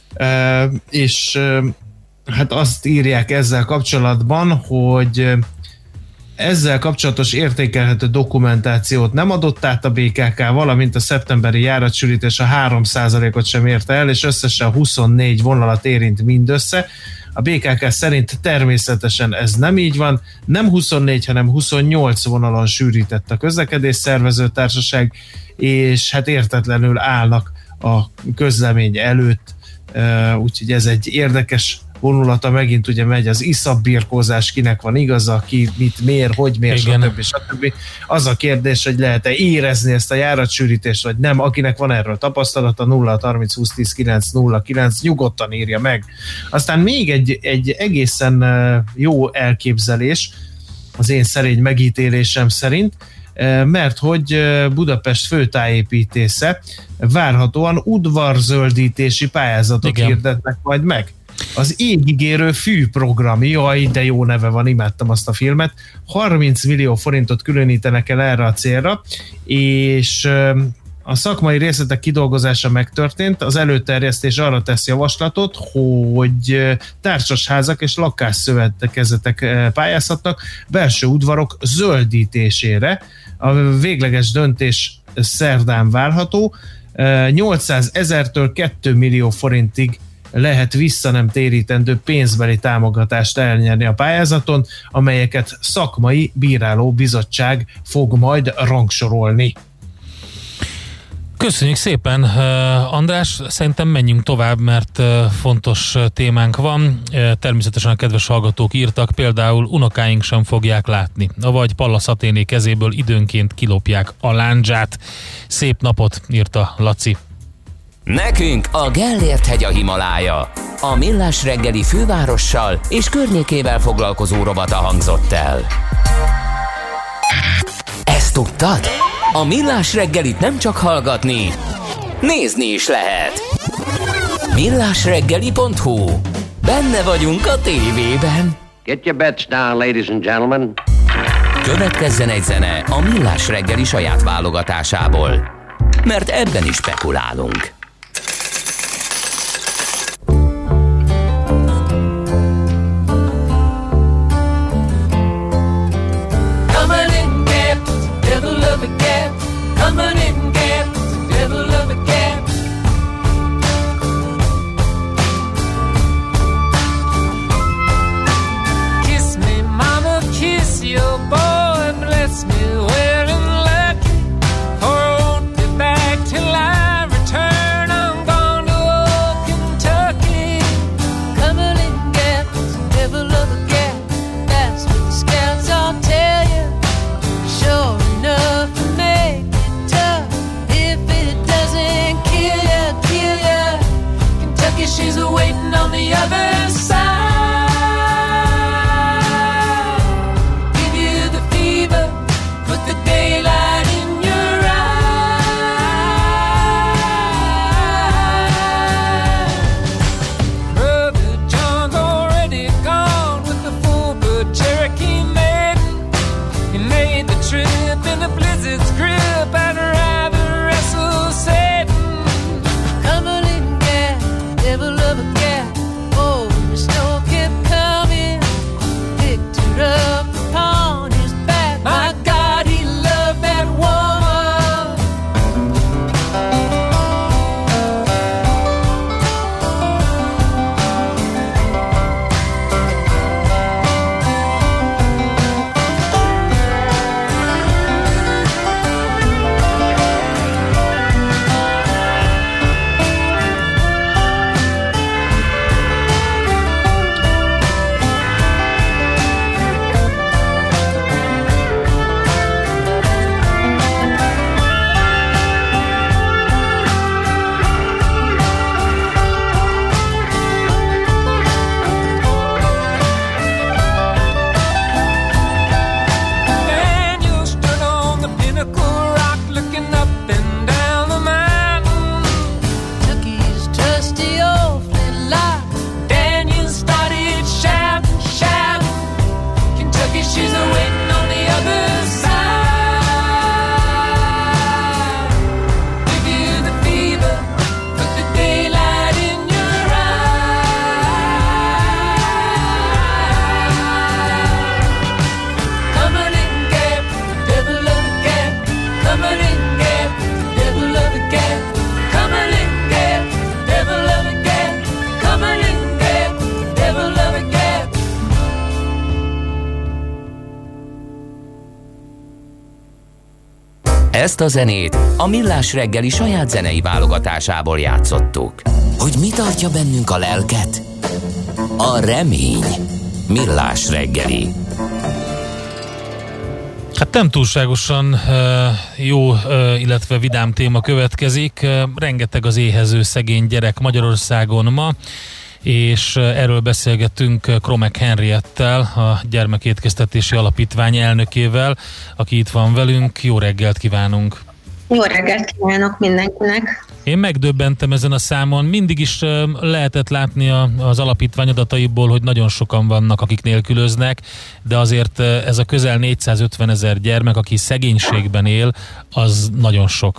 és hát azt írják ezzel kapcsolatban, hogy ezzel kapcsolatos értékelhető dokumentációt nem adott át a BKK, valamint a szeptemberi járatsűrítés a 3%-ot sem érte el, és összesen 24 vonalat érint mindössze. A BKK szerint természetesen ez nem így van, nem 24, hanem 28 vonalon sűrített a közlekedés szervező társaság, és hát értetlenül állnak a közlemény előtt, úgyhogy ez egy érdekes vonulata, megint ugye megy az iszabbirkózás, kinek van igaza, ki mit mér, hogy mér, stb. Az a kérdés, hogy lehet-e érezni ezt a járatsűrítést, vagy nem, akinek van erről tapasztalata, 0-30-20-10-9-09, nyugodtan írja meg. Aztán még egy egészen jó elképzelés, az én szerény megítélésem szerint, mert hogy Budapest főtájépítésze várhatóan udvarzöldítési pályázatot hirdetnek majd meg. Az Égigérő fűprogram, jaj, de jó neve van, imádtam azt a filmet, 30 millió forintot különítenek el erre a célra, és a szakmai részletek kidolgozása megtörtént, az előterjesztés arra tesz javaslatot, hogy társasházak és lakásszövetkezetek pályázhatnak belső udvarok zöldítésére. A végleges döntés szerdán várható, 800 000-től 2 millió forintig lehet vissza nem térítendő pénzbeli támogatást elnyerni a pályázaton, amelyeket szakmai bírálóbizottság fog majd rangsorolni. Köszönjük szépen, András, szerintem menjünk tovább, mert fontos témánk van. Természetesen a kedves hallgatók írtak, például unokáink sem fogják látni, avagy Pallas Athéné kezéből időnként kilopják a lándzsát. Szép napot, írta Laci. Nekünk a Gellért-hegy a Himalája. A Millás reggeli fővárossal és környékével foglalkozó rovata hangzott el. Ezt tudtad? A Millás reggelit nem csak hallgatni, nézni is lehet. millásreggeli.hu. Benne vagyunk a tévében. Get your bets down, ladies and gentlemen. Következzen egy zene a Millás reggeli saját válogatásából, mert ebben is spekulálunk. Trip in the blizzard's grip, I'd rather wrestle Satan. Come a little cat, devil of a cat. Oh, the snow kept coming, picked her up upon his back. My God, he loved that woman. Ezt a zenét a Millás reggeli saját zenei válogatásából játszottuk. Hogy mi tartja bennünk a lelket? A remény. Millás reggeli. Hát nem túlságosan jó, illetve vidám téma következik. Rengeteg az éhező szegény gyerek Magyarországon ma, és erről beszélgettünk Kromek Henriettel, a Gyermekétkeztetési Alapítvány elnökével, aki itt van velünk. Jó reggelt kívánunk! Jó reggelt kívánok mindenkinek! Én megdöbbentem ezen a számon. Mindig is lehetett látni az alapítvány adataiból, hogy nagyon sokan vannak, akik nélkülöznek, de azért ez a közel 450 000 gyermek, aki szegénységben él, az nagyon sok.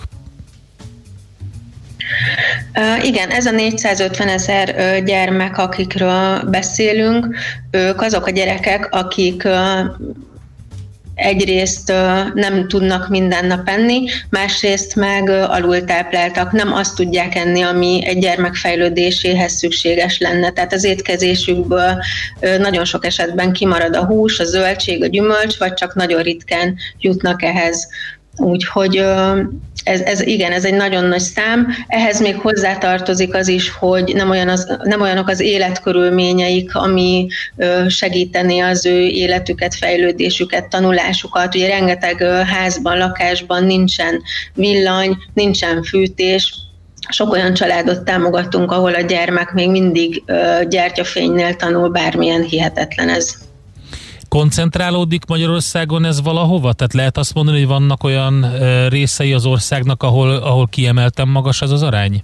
Igen, ez a 450 000 gyermek, akikről beszélünk, ők azok a gyerekek, akik egyrészt nem tudnak minden nap enni, másrészt meg alultápláltak, nem azt tudják enni, ami egy gyermek fejlődéséhez szükséges lenne. Tehát az étkezésükből nagyon sok esetben kimarad a hús, a zöldség, a gyümölcs, vagy csak nagyon ritkán jutnak ehhez. Úgyhogy ez egy nagyon nagy szám. Ehhez még hozzátartozik az is, hogy nem olyanok az életkörülményeik, ami segíteni az ő életüket, fejlődésüket, tanulásukat. Ugye rengeteg házban, lakásban nincsen villany, nincsen fűtés. Sok olyan családot támogatunk, ahol a gyermek még mindig gyertyafénynél tanul, bármilyen hihetetlen ez. Koncentrálódik Magyarországon ez valahova? Tehát lehet azt mondani, hogy vannak olyan részei az országnak, ahol kiemelten magas ez az arány?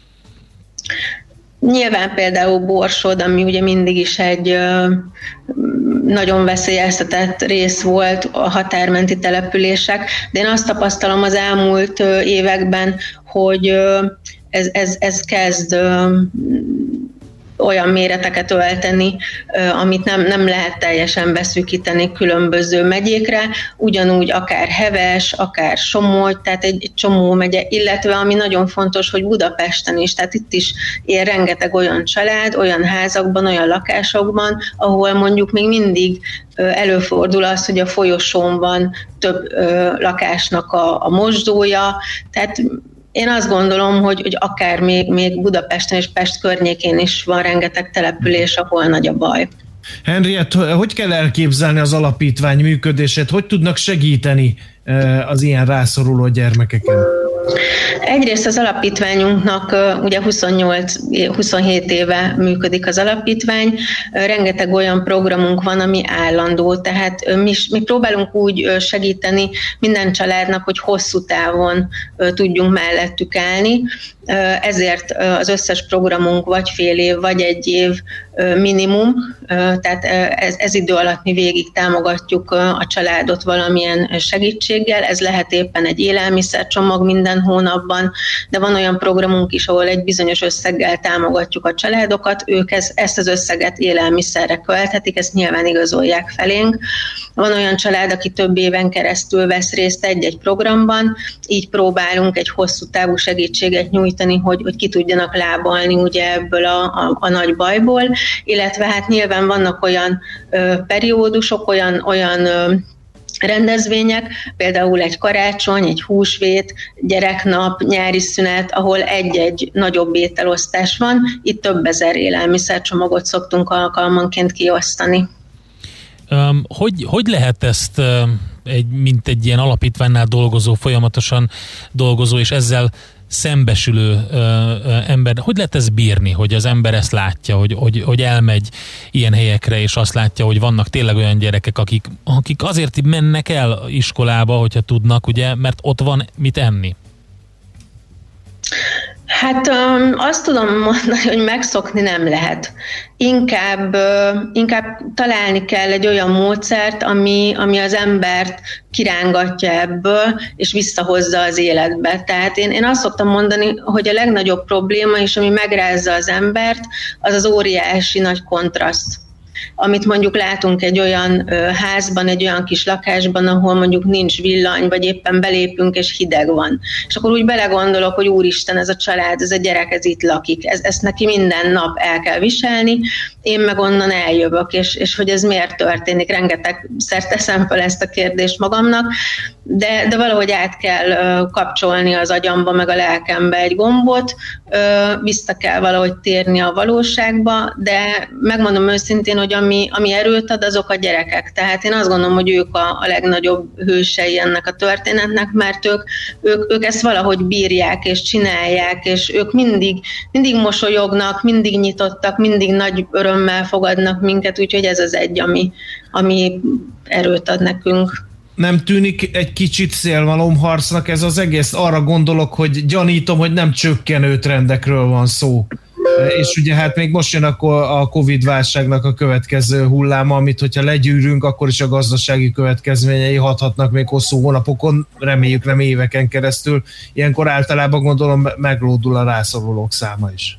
Nyilván például Borsod, ami ugye mindig is egy nagyon veszélyeztetett rész volt, a határmenti települések, de én azt tapasztalom az elmúlt években, hogy ez kezd olyan méreteket ölteni, amit nem lehet teljesen beszűkíteni különböző megyékre, ugyanúgy akár Heves, akár Somogy, tehát egy csomó megye, illetve ami nagyon fontos, hogy Budapesten is, tehát itt is él rengeteg olyan család, olyan házakban, olyan lakásokban, ahol mondjuk még mindig előfordul az, hogy a folyosón van több lakásnak a mosdója, tehát én azt gondolom, hogy akár még Budapesten és Pest környékén is van rengeteg település, ahol nagy a baj. Henriett, hogy kell elképzelni az alapítvány működését? Hogy tudnak segíteni az ilyen rászoruló gyermekeken? Egyrészt az alapítványunknak ugye 27 éve működik az alapítvány, rengeteg olyan programunk van, ami állandó, tehát mi próbálunk úgy segíteni minden családnak, hogy hosszú távon tudjunk mellettük állni, ezért az összes programunk vagy fél év, vagy egy év minimum, tehát ez idő alatt mi végig támogatjuk a családot valamilyen segítséggel, ez lehet éppen egy élelmiszercsomag minden hónapban, de van olyan programunk is, ahol egy bizonyos összeggel támogatjuk a családokat, ők ezt az összeget élelmiszerre költhetik, ezt nyilván igazolják felénk. Van olyan család, aki több éven keresztül vesz részt egy-egy programban, így próbálunk egy hosszú távú segítséget nyújtani, hogy ki tudjanak lábalni ugye ebből a nagy bajból, illetve hát nyilván vannak olyan periódusok, olyan rendezvények, például egy karácsony, egy húsvét, gyereknap, nyári szünet, ahol egy-egy nagyobb ételosztás van, itt több ezer élelmiszercsomagot szoktunk alkalmanként kiosztani. Hogy lehet ezt mint egy ilyen alapítványnál dolgozó, folyamatosan dolgozó és ezzel szembesülő ember, hogy lehet ezt bírni, hogy az ember ezt látja, hogy elmegy ilyen helyekre, és azt látja, hogy vannak tényleg olyan gyerekek, akik azért mennek el iskolába, hogyha tudnak, ugye, mert ott van mit enni? Hát azt tudom mondani, hogy megszokni nem lehet. Inkább találni kell egy olyan módszert, ami az embert kirángatja ebből, és visszahozza az életbe. Tehát én azt szoktam mondani, hogy a legnagyobb probléma, és ami megrázza az embert, az az óriási nagy kontraszt, amit mondjuk látunk egy olyan házban, egy olyan kis lakásban, ahol mondjuk nincs villany, vagy éppen belépünk, és hideg van. És akkor úgy belegondolok, hogy úristen, ez a család, ez a gyerek, ez itt lakik, ezt neki minden nap el kell viselni, én meg onnan eljövök, és hogy ez miért történik, rengetegszer teszem fel ezt a kérdést magamnak, de valahogy át kell kapcsolni az agyamba, meg a lelkembe egy gombot, vissza kell valahogy térni a valóságba, de megmondom őszintén, hogy ami erőt ad, azok a gyerekek. Tehát én azt gondolom, hogy ők a legnagyobb hősei ennek a történetnek, mert ők ezt valahogy bírják és csinálják, és ők mindig mosolyognak, mindig nyitottak, mindig nagy örömmel fogadnak minket, úgyhogy ez az egy, ami erőt ad nekünk. Nem tűnik egy kicsit szélmalomharcnak ez az egész? Arra gondolok, hogy gyanítom, hogy nem csökkenő trendekről van szó. És ugye hát még most jön a Covid-válságnak a következő hulláma, amit hogyha legyűrünk, akkor is a gazdasági következményei hathatnak még hosszú hónapokon, reméljük nem éveken keresztül. Ilyenkor általában gondolom meglódul a rászorulók száma is.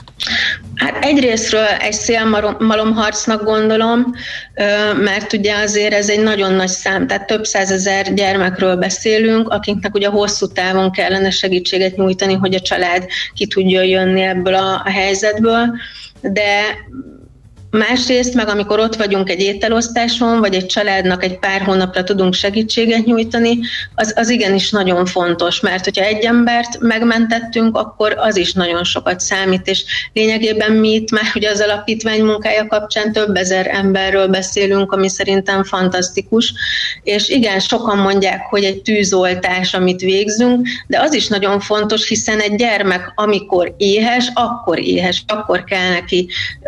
Hát egyrésztről egy szélmalomharcnak gondolom, mert ugye azért ez egy nagyon nagy szám, tehát több százezer gyermekről beszélünk, akiknek ugye hosszú távon kellene segítséget nyújtani, hogy a család ki tudjon jönni ebből a helyzetből, de másrészt meg amikor ott vagyunk egy ételosztáson, vagy egy családnak egy pár hónapra tudunk segítséget nyújtani, az igenis nagyon fontos, mert hogyha egy embert megmentettünk, akkor az is nagyon sokat számít, és lényegében mi itt már ugye az alapítvány munkája kapcsán több ezer emberről beszélünk, ami szerintem fantasztikus, és igen, sokan mondják, hogy egy tűzoltás, amit végzünk, de az is nagyon fontos, hiszen egy gyermek, amikor éhes, akkor kell neki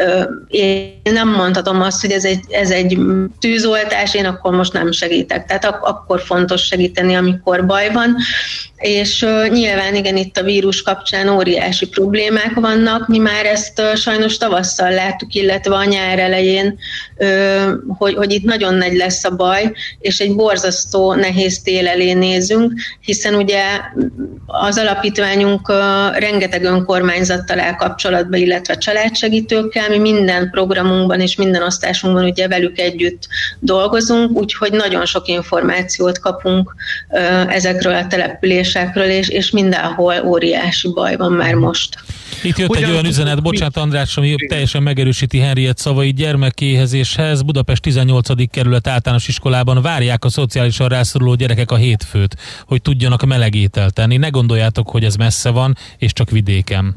én nem mondhatom azt, hogy ez egy tűzoltás, én akkor most nem segítek. Tehát akkor fontos segíteni, amikor baj van. És nyilván igen, itt a vírus kapcsán óriási problémák vannak. Mi már ezt sajnos tavasszal láttuk, illetve a nyár elején, hogy itt nagyon nagy lesz a baj, és egy borzasztó nehéz tél elé nézünk, hiszen ugye az alapítványunk rengeteg önkormányzattal áll kapcsolatba, illetve családsegítőkkel, mi minden programunkban és minden osztásunkban ugye velük együtt dolgozunk, úgyhogy nagyon sok információt kapunk ezekről a településekről, és mindenhol óriási baj van már most. Itt jött egy olyan üzenet, bocsánat András, ami teljesen megerősíti Henriett szavai: gyermekéhezéshez Budapest 18. kerület általános iskolában várják a szociálisan rászoruló gyerekek a hétfőt, hogy tudjanak meleg ételt tenni. Ne gondoljátok, hogy ez messze van, és csak vidéken.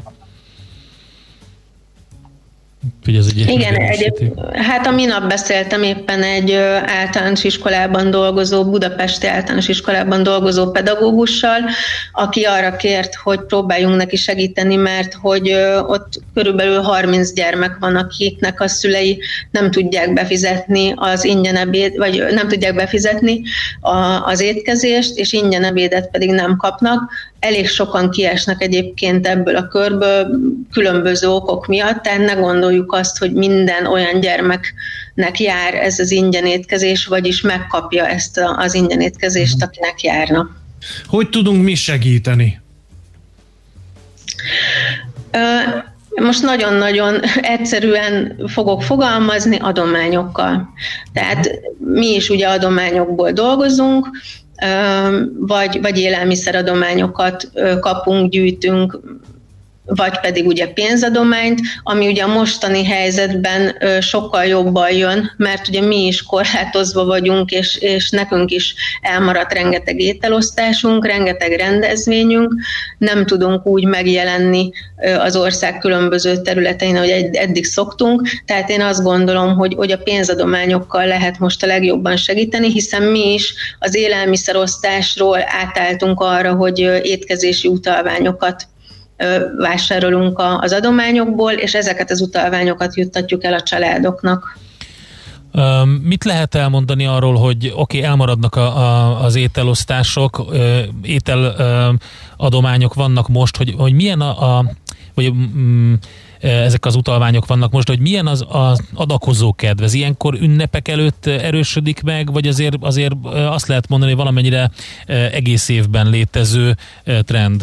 Igen, hát a minap beszéltem éppen egy általános iskolában dolgozó, budapesti általános iskolában dolgozó pedagógussal, aki arra kért, hogy próbáljunk neki segíteni, mert hogy ott körülbelül 30 gyermek van, akiknek a szülei nem tudják befizetni az ingyen ebéd, vagy nem tudják befizetni az étkezést, és ingyen ebédet pedig nem kapnak. Elég sokan kiesnek egyébként ebből a körből, különböző okok miatt, tehát ne gondoljuk azt, hogy minden olyan gyermeknek jár ez az ingyenétkezés, vagyis megkapja ezt az ingyenétkezést, akinek járna. Hogy tudunk mi segíteni? Most nagyon-nagyon egyszerűen fogok fogalmazni, adományokkal. Tehát mi is ugye adományokból dolgozunk, vagy élelmiszeradományokat kapunk, gyűjtünk, vagy pedig ugye pénzadományt, ami ugye a mostani helyzetben sokkal jobban jön, mert ugye mi is korlátozva vagyunk, és nekünk is elmaradt rengeteg ételosztásunk, rengeteg rendezvényünk, nem tudunk úgy megjelenni az ország különböző területein, ahogy eddig szoktunk, tehát én azt gondolom, hogy a pénzadományokkal lehet most a legjobban segíteni, hiszen mi is az élelmiszerosztásról átálltunk arra, hogy étkezési utalványokat vásárolunk az adományokból, és ezeket az utalványokat juttatjuk el a családoknak. Mit lehet elmondani arról, hogy elmaradnak az ételadományok vannak most, hogy milyen ezek az utalványok vannak most, hogy milyen az adakozó kedv? Ez ilyenkor ünnepek előtt erősödik meg, vagy azért azt lehet mondani, hogy valamennyire egész évben létező trend?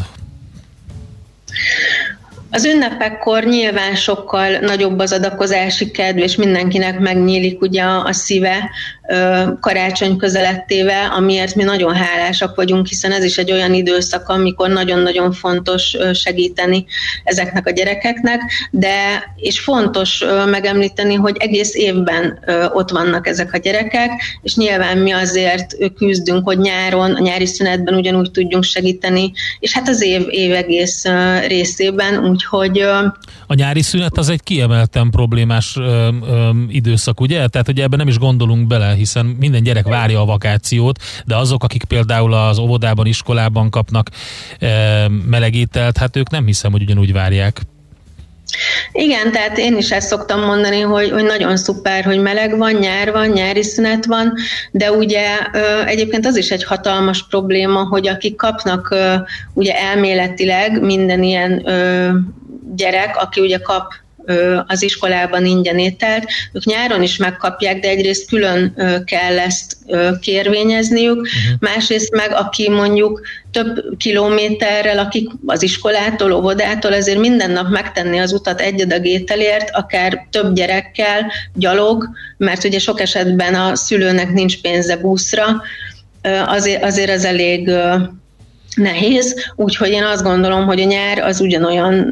Az ünnepekkor nyilván sokkal nagyobb az adakozási kedv, és mindenkinek megnyílik ugye a szíve karácsony közelettével, amiért mi nagyon hálásak vagyunk, hiszen ez is egy olyan időszak, amikor nagyon-nagyon fontos segíteni ezeknek a gyerekeknek, és fontos megemlíteni, hogy egész évben ott vannak ezek a gyerekek, és nyilván mi azért küzdünk, hogy nyáron, a nyári szünetben ugyanúgy tudjunk segíteni, és hát az év egész részében, úgyhogy... A nyári szünet az egy kiemelten problémás időszak, ugye? Tehát, hogy ebben nem is gondolunk bele, hiszen minden gyerek várja a vakációt, de azok, akik például az óvodában, iskolában kapnak meleg ételt, hát ők nem hiszem, hogy ugyanúgy várják. Igen, tehát én is ezt szoktam mondani, hogy nagyon szuper, hogy meleg van, nyári szünet van, de ugye egyébként az is egy hatalmas probléma, hogy akik kapnak ugye elméletileg minden ilyen gyerek, aki ugye kap az iskolában ingyen ételt, ők nyáron is megkapják, de egyrészt külön kell ezt kérvényezniük, másrészt meg aki mondjuk több kilométerrel, akik az iskolától, óvodától azért minden nap megtenni az utat egy adag ételért, akár több gyerekkel, gyalog, mert ugye sok esetben a szülőnek nincs pénze buszra, azért ez elég nehéz, úgyhogy én azt gondolom, hogy a nyár az ugyanolyan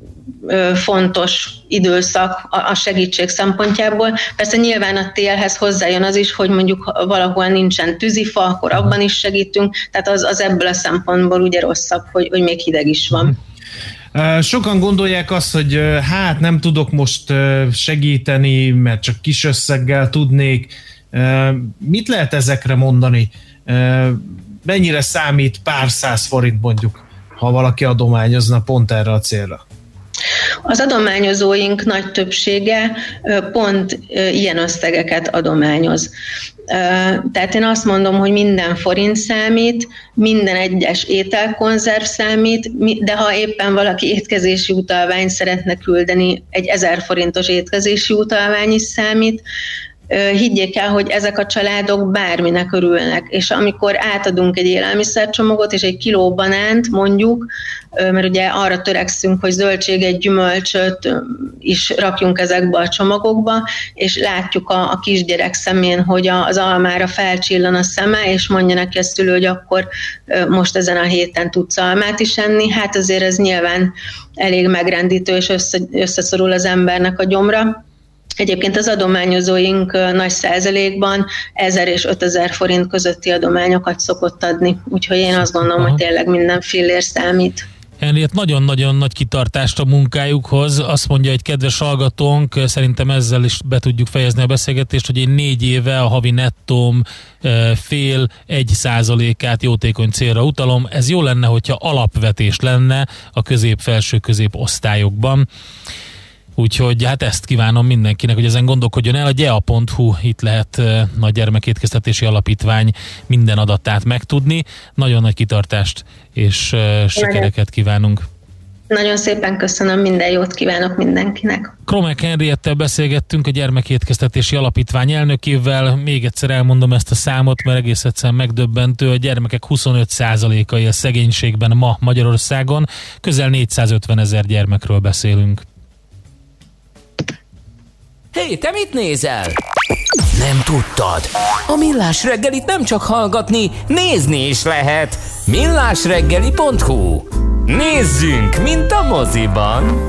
fontos időszak a segítség szempontjából. Persze nyilván a télhez hozzájön az is, hogy mondjuk valahol nincsen tűzifa, akkor abban is segítünk, tehát az ebből a szempontból ugye rosszabb, hogy még hideg is van. Sokan gondolják azt, hogy hát nem tudok most segíteni, mert csak kis összeggel tudnék. Mit lehet ezekre mondani? Mennyire számít pár száz forint mondjuk, ha valaki adományozna pont erre a célra? Az adományozóink nagy többsége pont ilyen összegeket adományoz. Tehát én azt mondom, hogy minden forint számít, minden egyes ételkonzerv számít, de ha éppen valaki étkezési utalványt szeretne küldeni, egy 1000 forintos étkezési utalvány is számít. Higgyék el, hogy ezek a családok bárminek örülnek, és amikor átadunk egy élelmiszercsomagot és egy kiló banánt mondjuk, mert ugye arra törekszünk, hogy zöldséget, gyümölcsöt is rakjunk ezekbe a csomagokba, és látjuk a kisgyerek szemén, hogy az almára felcsillan a szeme, és mondja neki a szülő, hogy akkor most ezen a héten tudsz almát is enni, hát azért ez nyilván elég megrendítő, és összeszorul az embernek a gyomra. Egyébként az adományozóink nagy százalékban 1000 és 5000 forint közötti adományokat szokott adni. Úgyhogy én azt gondolom, hogy tényleg minden fillér számít. Henriett, nagyon-nagyon nagy kitartást a munkájukhoz. Azt mondja egy kedves hallgatónk, szerintem ezzel is be tudjuk fejezni a beszélgetést, hogy én 4 éve a havi nettóm fél 1%-át jótékony célra utalom. Ez jó lenne, hogyha alapvetés lenne a közép-felső középosztályokban. Úgyhogy hát ezt kívánom mindenkinek, hogy ezen gondolkodjon el. A gea.hu, itt lehet Nagy Gyermekétkeztetési Alapítvány minden adatát megtudni. Nagyon nagy kitartást és sikereket kívánunk. Nagyon szépen köszönöm, minden jót kívánok mindenkinek. Kromek Henriettel beszélgettünk, a Gyermekétkeztetési Alapítvány elnökével. Még egyszer elmondom ezt a számot, mert egész egyszerűen megdöbbentő. A gyermekek 25%-a él szegénységben ma Magyarországon. Közel 450 000 gyermekről beszélünk. Hé, te mit nézel? Nem tudtad? A Millás reggelit nem csak hallgatni, nézni is lehet. millásreggeli.hu. Nézzünk, mint a moziban!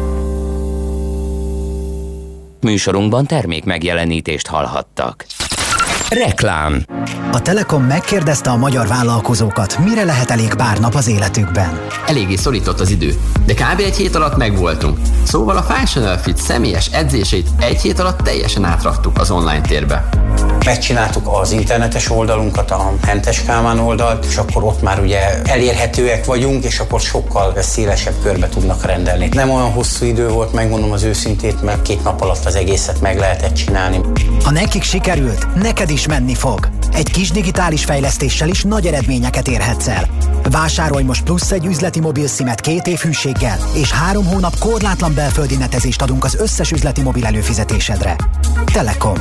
Műsorunkban termék megjelenítést hallhattak. Reklám. A Telekom megkérdezte a magyar vállalkozókat, mire lehet elég pár nap az életükben. Eléggé szorított az idő, de kb. Egy hét alatt megvoltunk. Szóval a Functional Fit személyes edzéseit egy hét alatt teljesen átraktuk az online térbe. Megcsináltuk az internetes oldalunkat, a Hentes Kálmán oldalt, és akkor ott már ugye elérhetőek vagyunk, és akkor sokkal szélesebb körbe tudnak rendelni. Nem olyan hosszú idő volt, megmondom az őszintét, mert 2 nap alatt az egészet meg lehetett csinálni. Ha nekik sikerült, neked is menni fog. Egy kis digitális fejlesztéssel is nagy eredményeket érhetsz el. Vásárolj most plusz egy üzleti mobilszimet 2 év hűséggel, és 3 hónap korlátlan belföldi netezést adunk az összes üzleti mobil előfizetésedre. Telekom.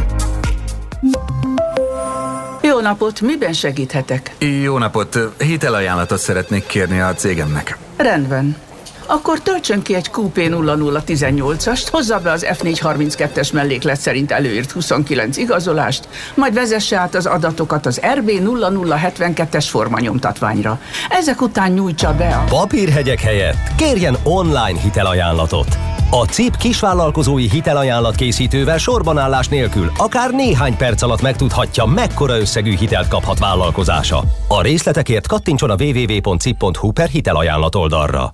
Jó napot, miben segíthetek? Jó napot, hitelajánlatot szeretnék kérni a cégemnek. Rendben. Akkor töltsön ki egy QP 0018-ast, hozza be az F432-es melléklet szerint előírt 29 igazolást, majd vezesse át az adatokat az RB 0072-es formanyomtatványra. Ezek után nyújtsa be a... Papírhegyek helyett kérjen online hitelajánlatot. A CIP kisvállalkozói hitelajánlatkészítővel sorbanállás nélkül akár néhány perc alatt megtudhatja, mekkora összegű hitelt kaphat vállalkozása. A részletekért kattintson a www.cip.hu/hitelajánlat oldalra.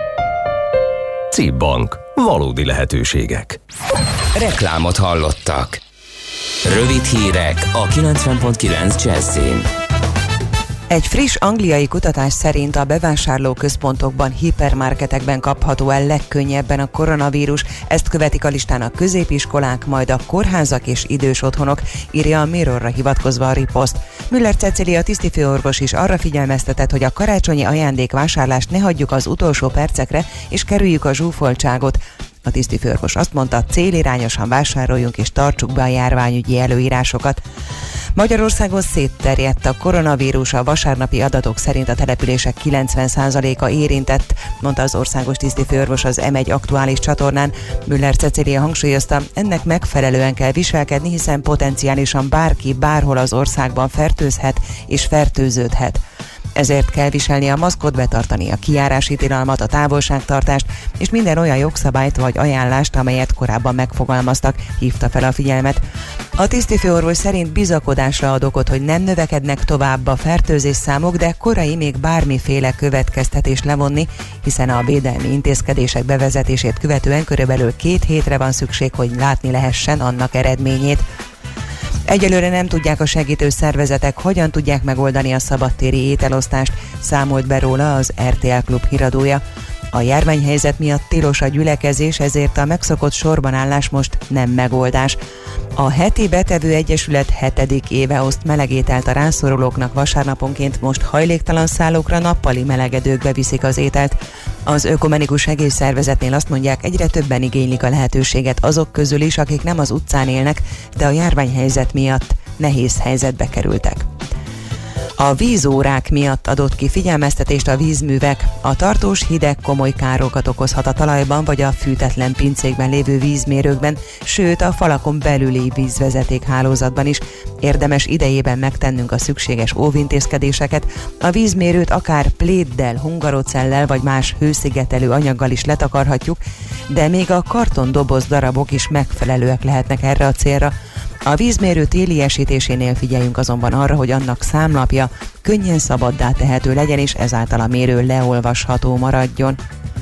CIP Bank. Valódi lehetőségek. Reklámot hallottak. Rövid hírek a 90.9 Jazzin. Egy friss angliai kutatás szerint a bevásárlóközpontokban, hipermarketekben kapható el legkönnyebben a koronavírus. Ezt követik a listán a középiskolák, majd a kórházak és idős otthonok, írja a Mirrorra hivatkozva a riposzt. Müller Cecília tisztifőorvos is arra figyelmeztetett, hogy a karácsonyi ajándékvásárlást ne hagyjuk az utolsó percekre, és kerüljük a zsúfoltságot. A tisztifőorvos azt mondta, célirányosan vásároljunk és tartsuk be a járványügyi előírásokat. Magyarországon szétterjedt a koronavírus, a vasárnapi adatok szerint a települések 90%-a érintett, mondta az országos tisztifőorvos az M1 aktuális csatornán. Müller Cecília hangsúlyozta, ennek megfelelően kell viselkedni, hiszen potenciálisan bárki bárhol az országban fertőzhet és fertőződhet. Ezért kell viselni a maszkot, betartani a kijárási tilalmat, a távolságtartást és minden olyan jogszabályt vagy ajánlást, amelyet korábban megfogalmaztak, hívta fel a figyelmet. A tisztifőorvos szerint bizakodásra ad okot, hogy nem növekednek tovább a fertőzés számok, de korai még bármiféle következtetést levonni, hiszen a védelmi intézkedések bevezetését követően körülbelül 2 hétre van szükség, hogy látni lehessen annak eredményét. Egyelőre nem tudják a segítő szervezetek, hogyan tudják megoldani a szabadtéri ételosztást, számolt be róla az RTL Klub híradója. A járványhelyzet miatt tilos a gyülekezés, ezért a megszokott sorbanállás most nem megoldás. A Heti Betevő Egyesület 7. éve oszt melegételt a rászorulóknak, vasárnaponként most hajléktalan szállókra, nappali melegedőkbe viszik az ételt. Az Ökumenikus Segélyszervezetnél azt mondják, egyre többen igénylik a lehetőséget azok közül is, akik nem az utcán élnek, de a járványhelyzet miatt nehéz helyzetbe kerültek. A vízórák miatt adott ki figyelmeztetést a vízművek. A tartós hideg komoly károkat okozhat a talajban vagy a fűtetlen pincékben lévő vízmérőkben, sőt a falakon belüli vízvezetékhálózatban is. Érdemes idejében megtennünk a szükséges óvintézkedéseket. A vízmérőt akár pléddel, hungarocellel vagy más hőszigetelő anyaggal is letakarhatjuk, de még a kartondoboz darabok is megfelelőek lehetnek erre a célra. A vízmérő téliesítésénél figyeljünk azonban arra, hogy annak számlapja könnyen szabaddá tehető legyen, és ezáltal a mérő leolvasható maradjon.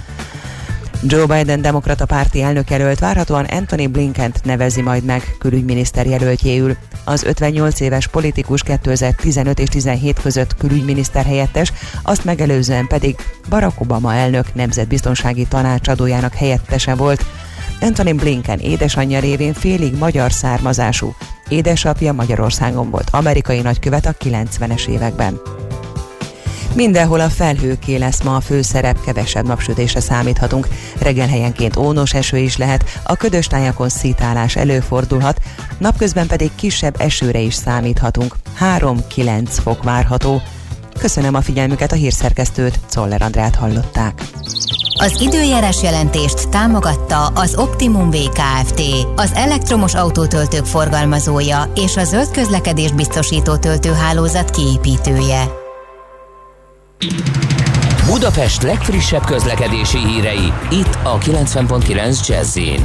Joe Biden demokrata párti elnökjelölt várhatóan Antony Blinkent nevezi majd meg külügyminiszter jelöltjéül. Az 58 éves politikus 2015 és 17 között külügyminiszter helyettes, azt megelőzően pedig Barack Obama elnök nemzetbiztonsági tanácsadójának helyettese volt. Antony Blinken édesanyja révén félig magyar származású. Édesapja Magyarországon volt amerikai nagykövet a 90-es években. Mindenhol a felhőké lesz ma a főszerep, kevesebb napsütésre számíthatunk. Reggel helyenként ónos eső is lehet, a ködös tájakon szítálás előfordulhat, napközben pedig kisebb esőre is számíthatunk. 3-9 fok várható. Köszönöm a figyelmüket, a hírszerkesztőt, Czoller Andrát hallották. Az időjárás jelentést támogatta az Optimum Kft., az elektromos autótöltők forgalmazója és a zöld közlekedést biztosító töltőhálózat kiépítője. Budapest legfrissebb közlekedési hírei, itt a 90.9 Jazz-in.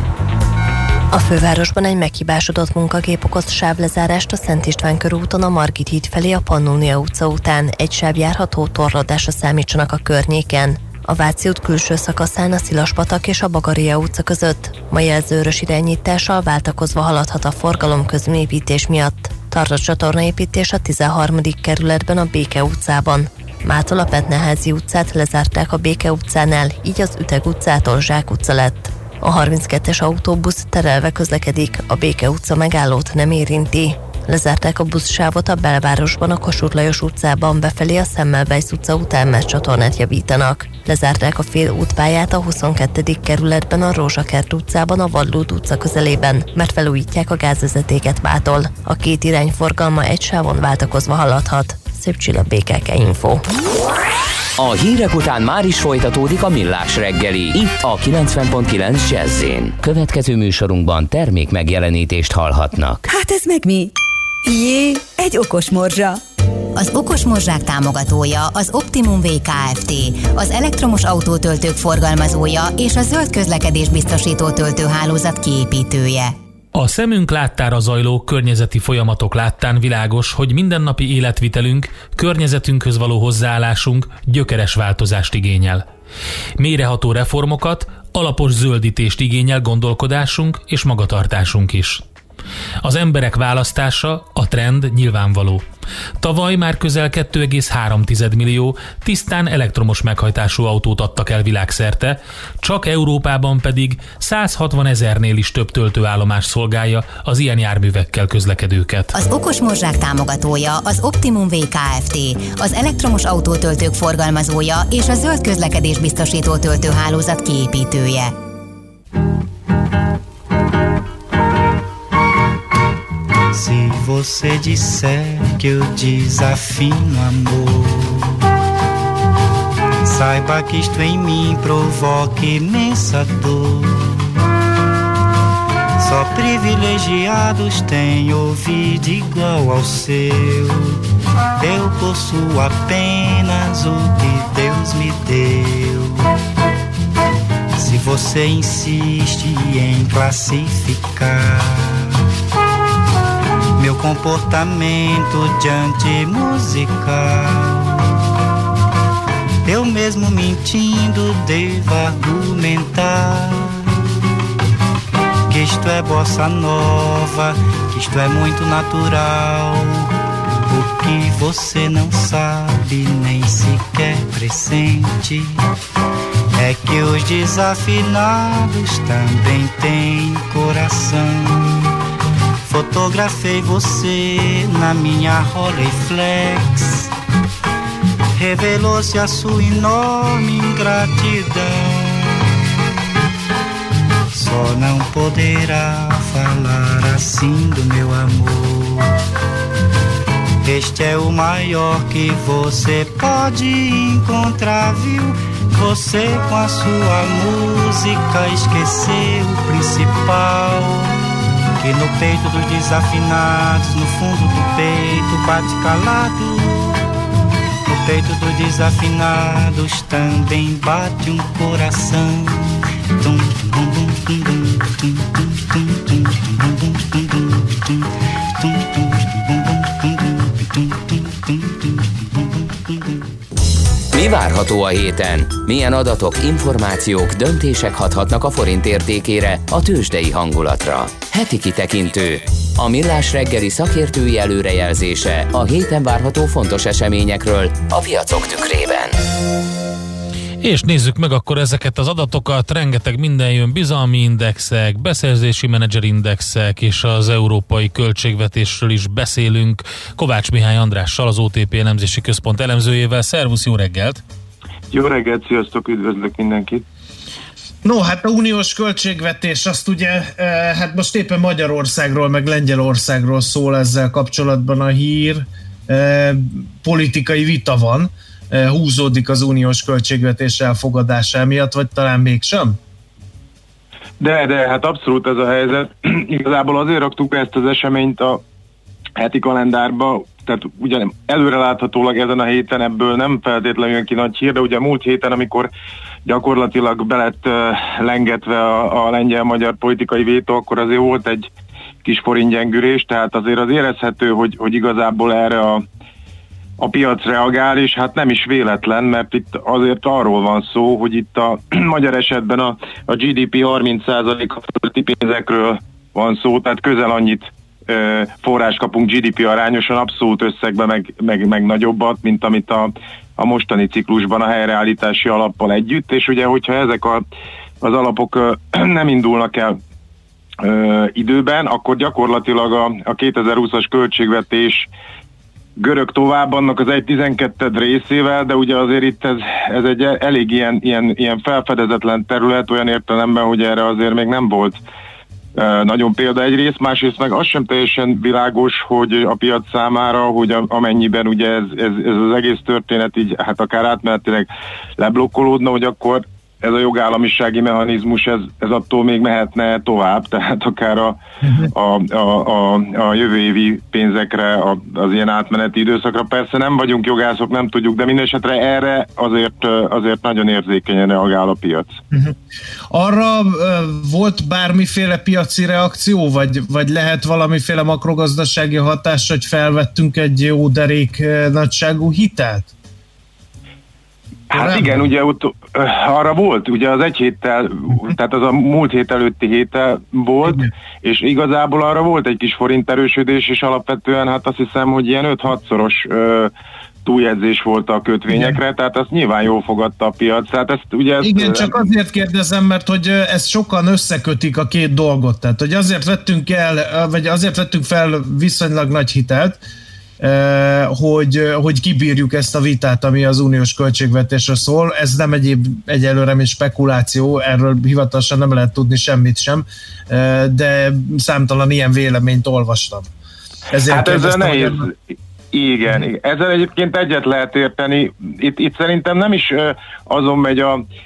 A fővárosban egy meghibásodott munkagép okoz sávlezárást a Szent István körúton a Margit híd felé a Pannónia utca után. Egy sáv járható, torlódásra számítsanak a környéken. A Váci út külső szakaszán a Szilaspatak és a Bagaria utca között ma jelzőrös irányítással váltakozva haladhat a forgalom közműépítés miatt. Tart a csatornaépítés a 13. kerületben a Béke utcában. Mától a Petneházi utcát lezárták a Béke utcánál, így az Üteg utcától Zsák utca lett. A 32-es autóbusz terelve közlekedik, a Béke utca megállót nem érinti. Lezárták a buszsávot a belvárosban, a Kossuth Lajos utcában befelé a Semmelweis utca után, mert csatornát javítanak. Lezárták a fél útpályát a 22. kerületben, a Rózsakert utcában, a Vadlód utca közelében, mert felújítják a gázvezetéket mától. A két irány forgalma egy sávon váltakozva haladhat. Szép Csilla, BKK Info. A hírek után már is folytatódik a Millás reggeli, itt a 90.9 Jazz-in. Következő műsorunkban termék megjelenítést hallhatnak. Hát ez meg mi? Jé, egy okos morzsa. Az okos morzsák támogatója az Optimum Kft., az elektromos autótöltők forgalmazója és a zöld közlekedés biztosító töltőhálózat kiépítője. A szemünk láttára zajló környezeti folyamatok láttán világos, hogy mindennapi életvitelünk, környezetünkhöz való hozzáállásunk gyökeres változást igényel. Mélyreható reformokat, alapos zöldítést igényel gondolkodásunk és magatartásunk is. Az emberek választása, a trend nyilvánvaló. Tavaly már közel 2,3 millió tisztán elektromos meghajtású autót adtak el világszerte, csak Európában pedig 160 000-nél is több töltőállomás szolgálja az ilyen járművekkel közlekedőket. Az okos morzsák támogatója az Optimum Kft., az elektromos autótöltők forgalmazója és a zöld közlekedés biztosító töltőhálózat kiépítője. Se você disser que eu desafino amor, saiba que isto em mim provoca imensa dor. Só privilegiados têm ouvido igual ao seu. Eu possuo apenas o que Deus me deu. Se você insiste em classificar meu comportamento diante musical, eu mesmo mentindo devo argumentar que isto é bossa nova, que isto é muito natural. O que você não sabe nem sequer pressente é que os desafinados também têm coração. Fotografei você na minha Rolleiflex, revelou-se a sua enorme ingratidão. Só não poderá falar assim do meu amor. Este é o maior que você pode encontrar, viu? Você com a sua música esqueceu o principal, que no peito dos desafinados, no fundo do peito bate calado. No peito dos desafinados também bate um coração. Tum, tum, tum, tum, tum, tum, tum, tum, tum, tum, tum, Mi várható a héten? Milyen adatok, információk, döntések hathatnak a forint értékére, a tőzsdei hangulatra? Heti kitekintő. A Millás reggeli szakértői előrejelzése a héten várható fontos eseményekről a piacok tükrében. És nézzük meg akkor ezeket az adatokat, rengeteg minden jön, bizalmi indexek, beszerzési menedzserindexek, és az európai költségvetésről is beszélünk. Kovács Mihály Andrással, az OTP elemzési központ elemzőjével. Szervusz, jó reggelt! Jó reggelt, sziasztok, üdvözlök mindenkit! No, hát a uniós költségvetés, azt ugye, hát most éppen Magyarországról, meg Lengyelországról szól ezzel kapcsolatban a hír. Politikai vita van, húzódik az uniós költségvetés elfogadása miatt, vagy talán mégsem? De, hát abszolút ez a helyzet. Igazából azért raktuk ezt az eseményt a heti kalendárba, tehát ugye előreláthatólag ezen a héten ebből nem feltétlenül jön ki nagy hír, de ugye múlt héten, amikor gyakorlatilag belett lengetve a lengyel-magyar politikai vétó, akkor azért volt egy kis forintgyengülés, tehát azért az érezhető, hogy igazából erre a piac reagál, és hát nem is véletlen, mert itt azért arról van szó, hogy itt a magyar esetben a GDP 30% fölötti pénzekről van szó, tehát közel annyit forrás kapunk GDP arányosan, abszolút összegben meg nagyobbat, mint amit a mostani ciklusban a helyreállítási alappal együtt, és ugye, hogyha ezek az alapok nem indulnak el időben, akkor gyakorlatilag a 2020-as költségvetés görög tovább annak az 1/12 részével, de ugye azért itt ez egy elég ilyen felfedezetlen terület, olyan értelemben, hogy erre azért még nem volt nagyon példa egyrészt, másrészt meg az sem teljesen világos, hogy a piac számára, hogy amennyiben ugye ez az egész történet így hát akár átmenetileg leblokkolódna, hogy akkor ez a jogállamisági mechanizmus, ez attól még mehetne tovább, tehát akár a jövő évi pénzekre, az ilyen átmeneti időszakra. Persze nem vagyunk jogászok, nem tudjuk, de mindesetre erre azért nagyon érzékenyen reagál a piac. Arra volt bármiféle piaci reakció, vagy lehet valamiféle makrogazdasági hatás, hogy felvettünk egy jó derék nagyságú hitelt? Hát igen, ugye arra volt, ugye az egy héttel, tehát az a múlt hét előtti héttel volt, és igazából arra volt egy kis forint erősödés, és alapvetően hát azt hiszem, hogy ilyen 5-6-szoros túljegyzés volt a kötvényekre, tehát azt nyilván jól fogadta a piac. Tehát igen, csak azért kérdezem, mert hogy ezt sokan összekötik a két dolgot, tehát hogy azért vettünk fel viszonylag nagy hitelt, hogy kibírjuk ezt a vitát, ami az uniós költségvetésre szól. Ez nem egyelőre még spekuláció, erről hivatalosan nem lehet tudni semmit sem, de számtalan ilyen véleményt olvastam. Hát ezzel nehéz. Igen, ezzel egyébként egyet lehet érteni. Itt szerintem nem is azon megy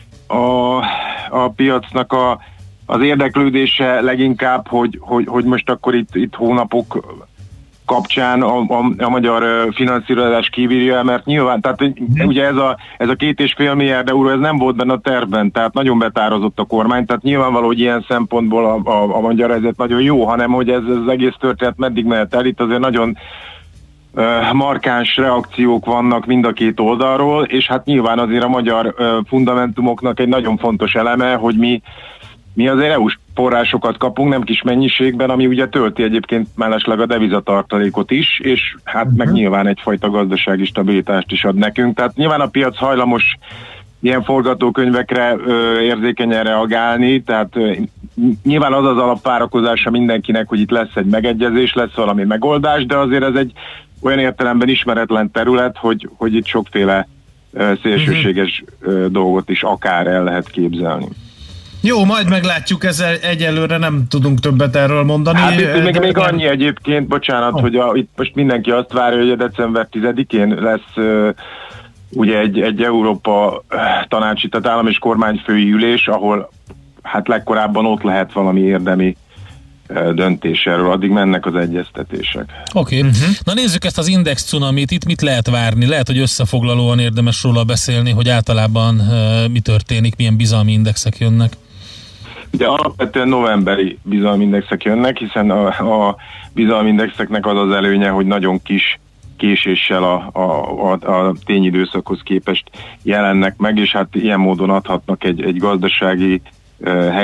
a piacnak az érdeklődése leginkább, hogy most akkor itt hónapok kapcsán a magyar finanszírozás kibírja, mert nyilván, tehát ugye ez a 2,5 milliárd euró, ez nem volt benne a tervben, tehát nagyon betározott a kormány, tehát nyilvánvaló, hogy ilyen szempontból a magyar helyzet nagyon jó, hanem hogy ez az egész történet meddig mehet el, itt azért nagyon markáns reakciók vannak mind a két oldalról, és hát nyilván azért a magyar fundamentumoknak egy nagyon fontos eleme, hogy mi azért EU-s forrásokat kapunk, nem kis mennyiségben, ami ugye tölti egyébként mellesleg a devizatartalékot is, és hát meg nyilván egyfajta gazdasági stabilitást is ad nekünk. Tehát nyilván a piac hajlamos ilyen forgatókönyvekre érzékenyen reagálni, tehát nyilván az alapvárakozása mindenkinek, hogy itt lesz egy megegyezés, lesz valami megoldás, de azért ez egy olyan értelemben ismeretlen terület, hogy itt sokféle szélsőséges dolgot is akár el lehet képzelni. Jó, majd meglátjuk, ezzel egyelőre nem tudunk többet erről mondani. Hát itt még annyi egyébként, bocsánat, hogy itt most mindenki azt várja, hogy a december 10-én lesz ugye egy Európa tanácsi, tehát állam és kormányfői ülés, ahol hát legkorábban ott lehet valami érdemi döntés erről, addig mennek az egyeztetések. Oké. Na nézzük ezt az index cunamit, itt mit lehet várni? Lehet, hogy összefoglalóan érdemes róla beszélni, hogy általában mi történik, milyen bizalmi indexek jönnek. Ugye alapvetően novemberi bizalmi indexek jönnek, hiszen a bizalmi indexeknek az az előnye, hogy nagyon kis késéssel a tényidőszakhoz képest jelennek meg, és hát ilyen módon adhatnak egy gazdasági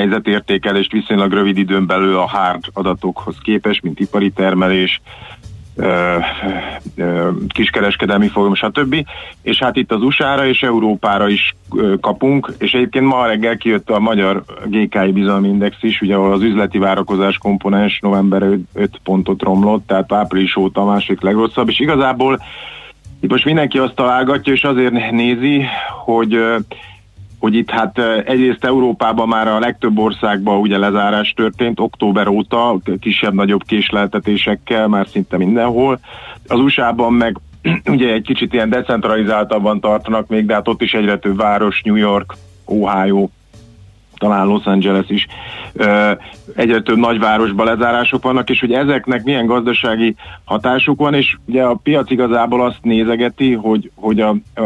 helyzetértékelést viszonylag rövid időn belül a hard adatokhoz képest, mint ipari termelés, kiskereskedelmi forgalom, stb. És hát itt az USA-ra és Európára is kapunk, és egyébként ma reggel kijött a magyar GKI bizalmi index is, ugye ahol az üzleti várakozás komponens november 5 pontot romlott, tehát április óta a második legrosszabb, és igazából itt most mindenki azt találgatja, és azért nézi, hogy itt hát egyrészt Európában már a legtöbb országban ugye lezárás történt október óta, kisebb-nagyobb késleltetésekkel már szinte mindenhol. Az USA-ban meg ugye egy kicsit ilyen decentralizáltabban tartanak még, de hát ott is egyre több város, New York, Ohio, talán Los Angeles is, egyre több nagyvárosban lezárások vannak, és hogy ezeknek milyen gazdasági hatásuk van, és ugye a piac igazából azt nézegeti, hogy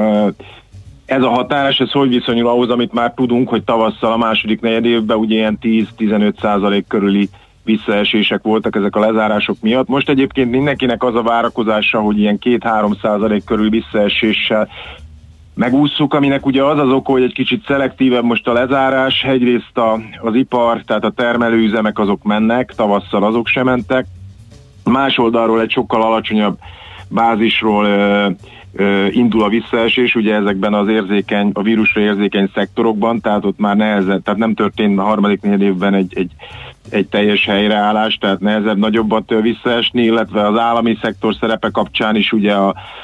ez a hatás, ez hogy viszonyul ahhoz, amit már tudunk, hogy tavasszal a második negyedévben ugye ilyen 10-15% körüli visszaesések voltak ezek a lezárások miatt. Most egyébként mindenkinek az a várakozása, hogy ilyen 2-3% körül visszaeséssel megússzuk, aminek ugye az az oka, hogy egy kicsit szelektívebb most a lezárás, egyrészt az ipar, tehát a termelőüzemek azok mennek, tavasszal azok sem mentek, más oldalról egy sokkal alacsonyabb bázisról indul a visszaesés, ugye ezekben az a vírusra érzékeny szektorokban, tehát ott már nehezebb, tehát nem történt a harmadik negyedévben egy teljes helyreállás, tehát nehezebb nagyobbat visszaesni, illetve az állami szektor szerepe kapcsán is ugye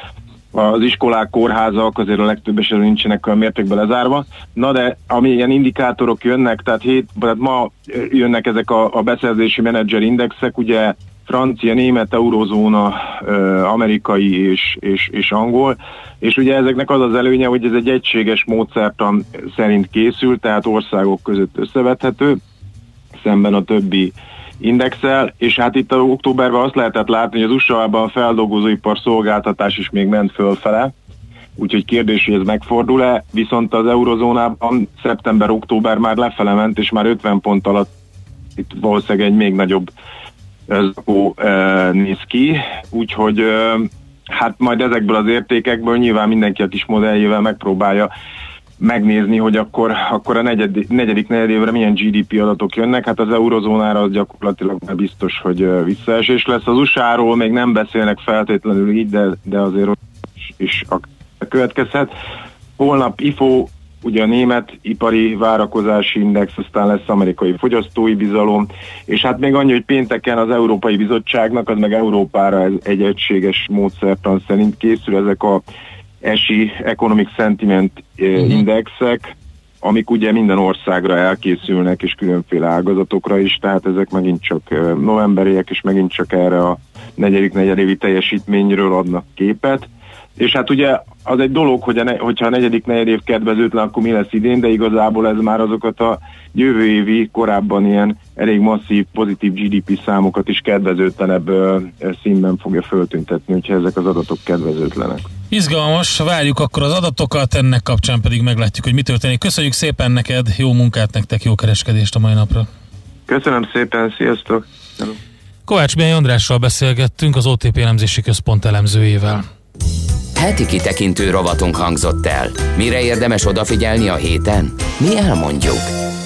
az iskolák, kórházak azért a legtöbb esetben nincsenek olyan mértékben lezárva. Na de amilyen indikátorok jönnek, tehát ma jönnek ezek a beszerzési menedzser indexek, ugye francia, német, eurozóna, amerikai és angol, és ugye ezeknek az az előnye, hogy ez egy egységes módszertan szerint készül, tehát országok között összevethető, szemben a többi indexel, és hát itt októberben azt lehetett látni, hogy az USA-ban a feldolgozóipar szolgáltatás is még ment fölfele, úgyhogy kérdés, hogy ez megfordul-e, viszont az eurozónában szeptember-október már lefele ment, és már 50 pont alatt itt valószínűleg egy még nagyobb zakó néz ki, úgyhogy hát majd ezekből az értékekből nyilván mindenki a kis modelljével megpróbálja megnézni, hogy akkor a negyedik negyedévre milyen GDP adatok jönnek. Hát az eurozónára az gyakorlatilag már biztos, hogy visszaesés lesz. Az USA-ról még nem beszélnek feltétlenül így, de azért is következhet. Holnap IFO, ugye a német ipari várakozási index, aztán lesz amerikai fogyasztói bizalom, és hát még annyi, hogy pénteken az Európai Bizottságnak, az meg Európára egy egységes módszertan szerint készül, ezek a ESI, Economic Sentiment indexek, amik ugye minden országra elkészülnek, és különféle ágazatokra is, tehát ezek megint csak novemberiek, és megint csak erre a negyedik negyedévi teljesítményről adnak képet. És hát ugye az egy dolog, hogyha a negyedik negyedév kedvezőtlen, akkor mi lesz idén, de igazából ez már azokat a jövő évi, korábban ilyen elég masszív, pozitív GDP számokat is kedvezőtlenebb színben fogja föltüntetni, úgyhogy ezek az adatok kedvezőtlenek. Izgalmas, várjuk akkor az adatokat, ennek kapcsán pedig meglátjuk, hogy mi történik. Köszönjük szépen neked, jó munkát nektek, jó kereskedést a mai napra. Köszönöm szépen, sziasztok! Kovács Mihály Andrással beszélgettünk, az OTP elemzési központ elemzőjével. Heti kitekintő rovatunk hangzott el. Mire érdemes odafigyelni a héten? Mi elmondjuk.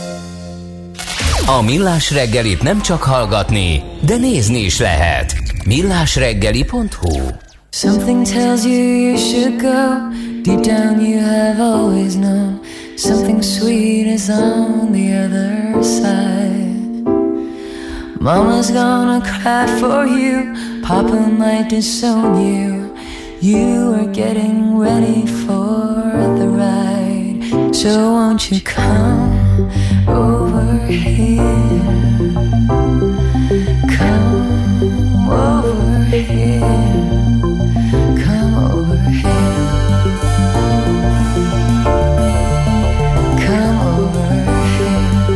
A Millás reggelit nem csak hallgatni, de nézni is lehet. millásreggeli.hu. Something tells you you should go. Deep down you have always known. Something sweet is on the other side. Mama's gonna cry for you. Papa might disown you. You are getting ready for the ride. So won't you come over here? Come over here. Come over here. Come over here.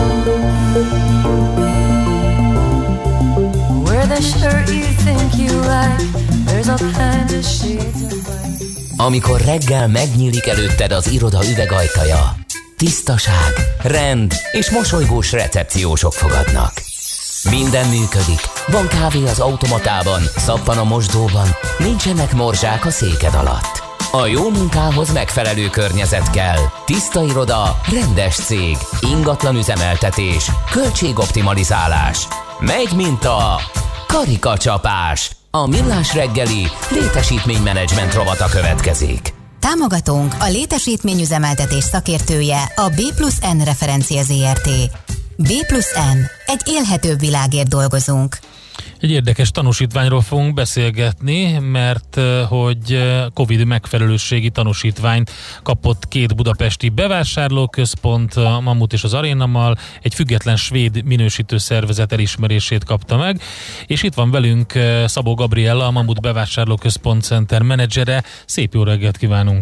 Wear the shirt you think you like. There's all kinds of shades of white. Amikor reggel megnyílik előtted az iroda üvegajtaja, tisztaság, rend és mosolygós recepciósok fogadnak. Minden működik. Van kávé az automatában, szappan a mosdóban, nincsenek morzsák a széked alatt. A jó munkához megfelelő környezet kell. Tiszta iroda, rendes cég, ingatlan üzemeltetés, költségoptimalizálás. Megy, mint a karikacsapás. A Millás reggeli létesítménymenedzsment rovata következik. Támogatónk a létesítményüzemeltetés szakértője, a B+N Referencia Zrt. B+N. Egy élhetőbb világért dolgozunk. Egy érdekes tanúsítványról fogunk beszélgetni, mert hogy Covid megfelelősségi tanúsítványt kapott két budapesti bevásárlóközpont, a Mammut és az Arena Mall, egy független svéd minősítő szervezet elismerését kapta meg, és itt van velünk Szabó Gabriella, a Mammut bevásárlóközpont center menedzsere. Szép jó reggelt kívánunk!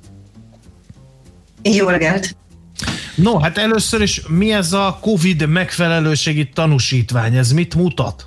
Jó reggelt! No, hát először is mi ez a Covid megfelelőségi tanúsítvány? Ez mit mutat?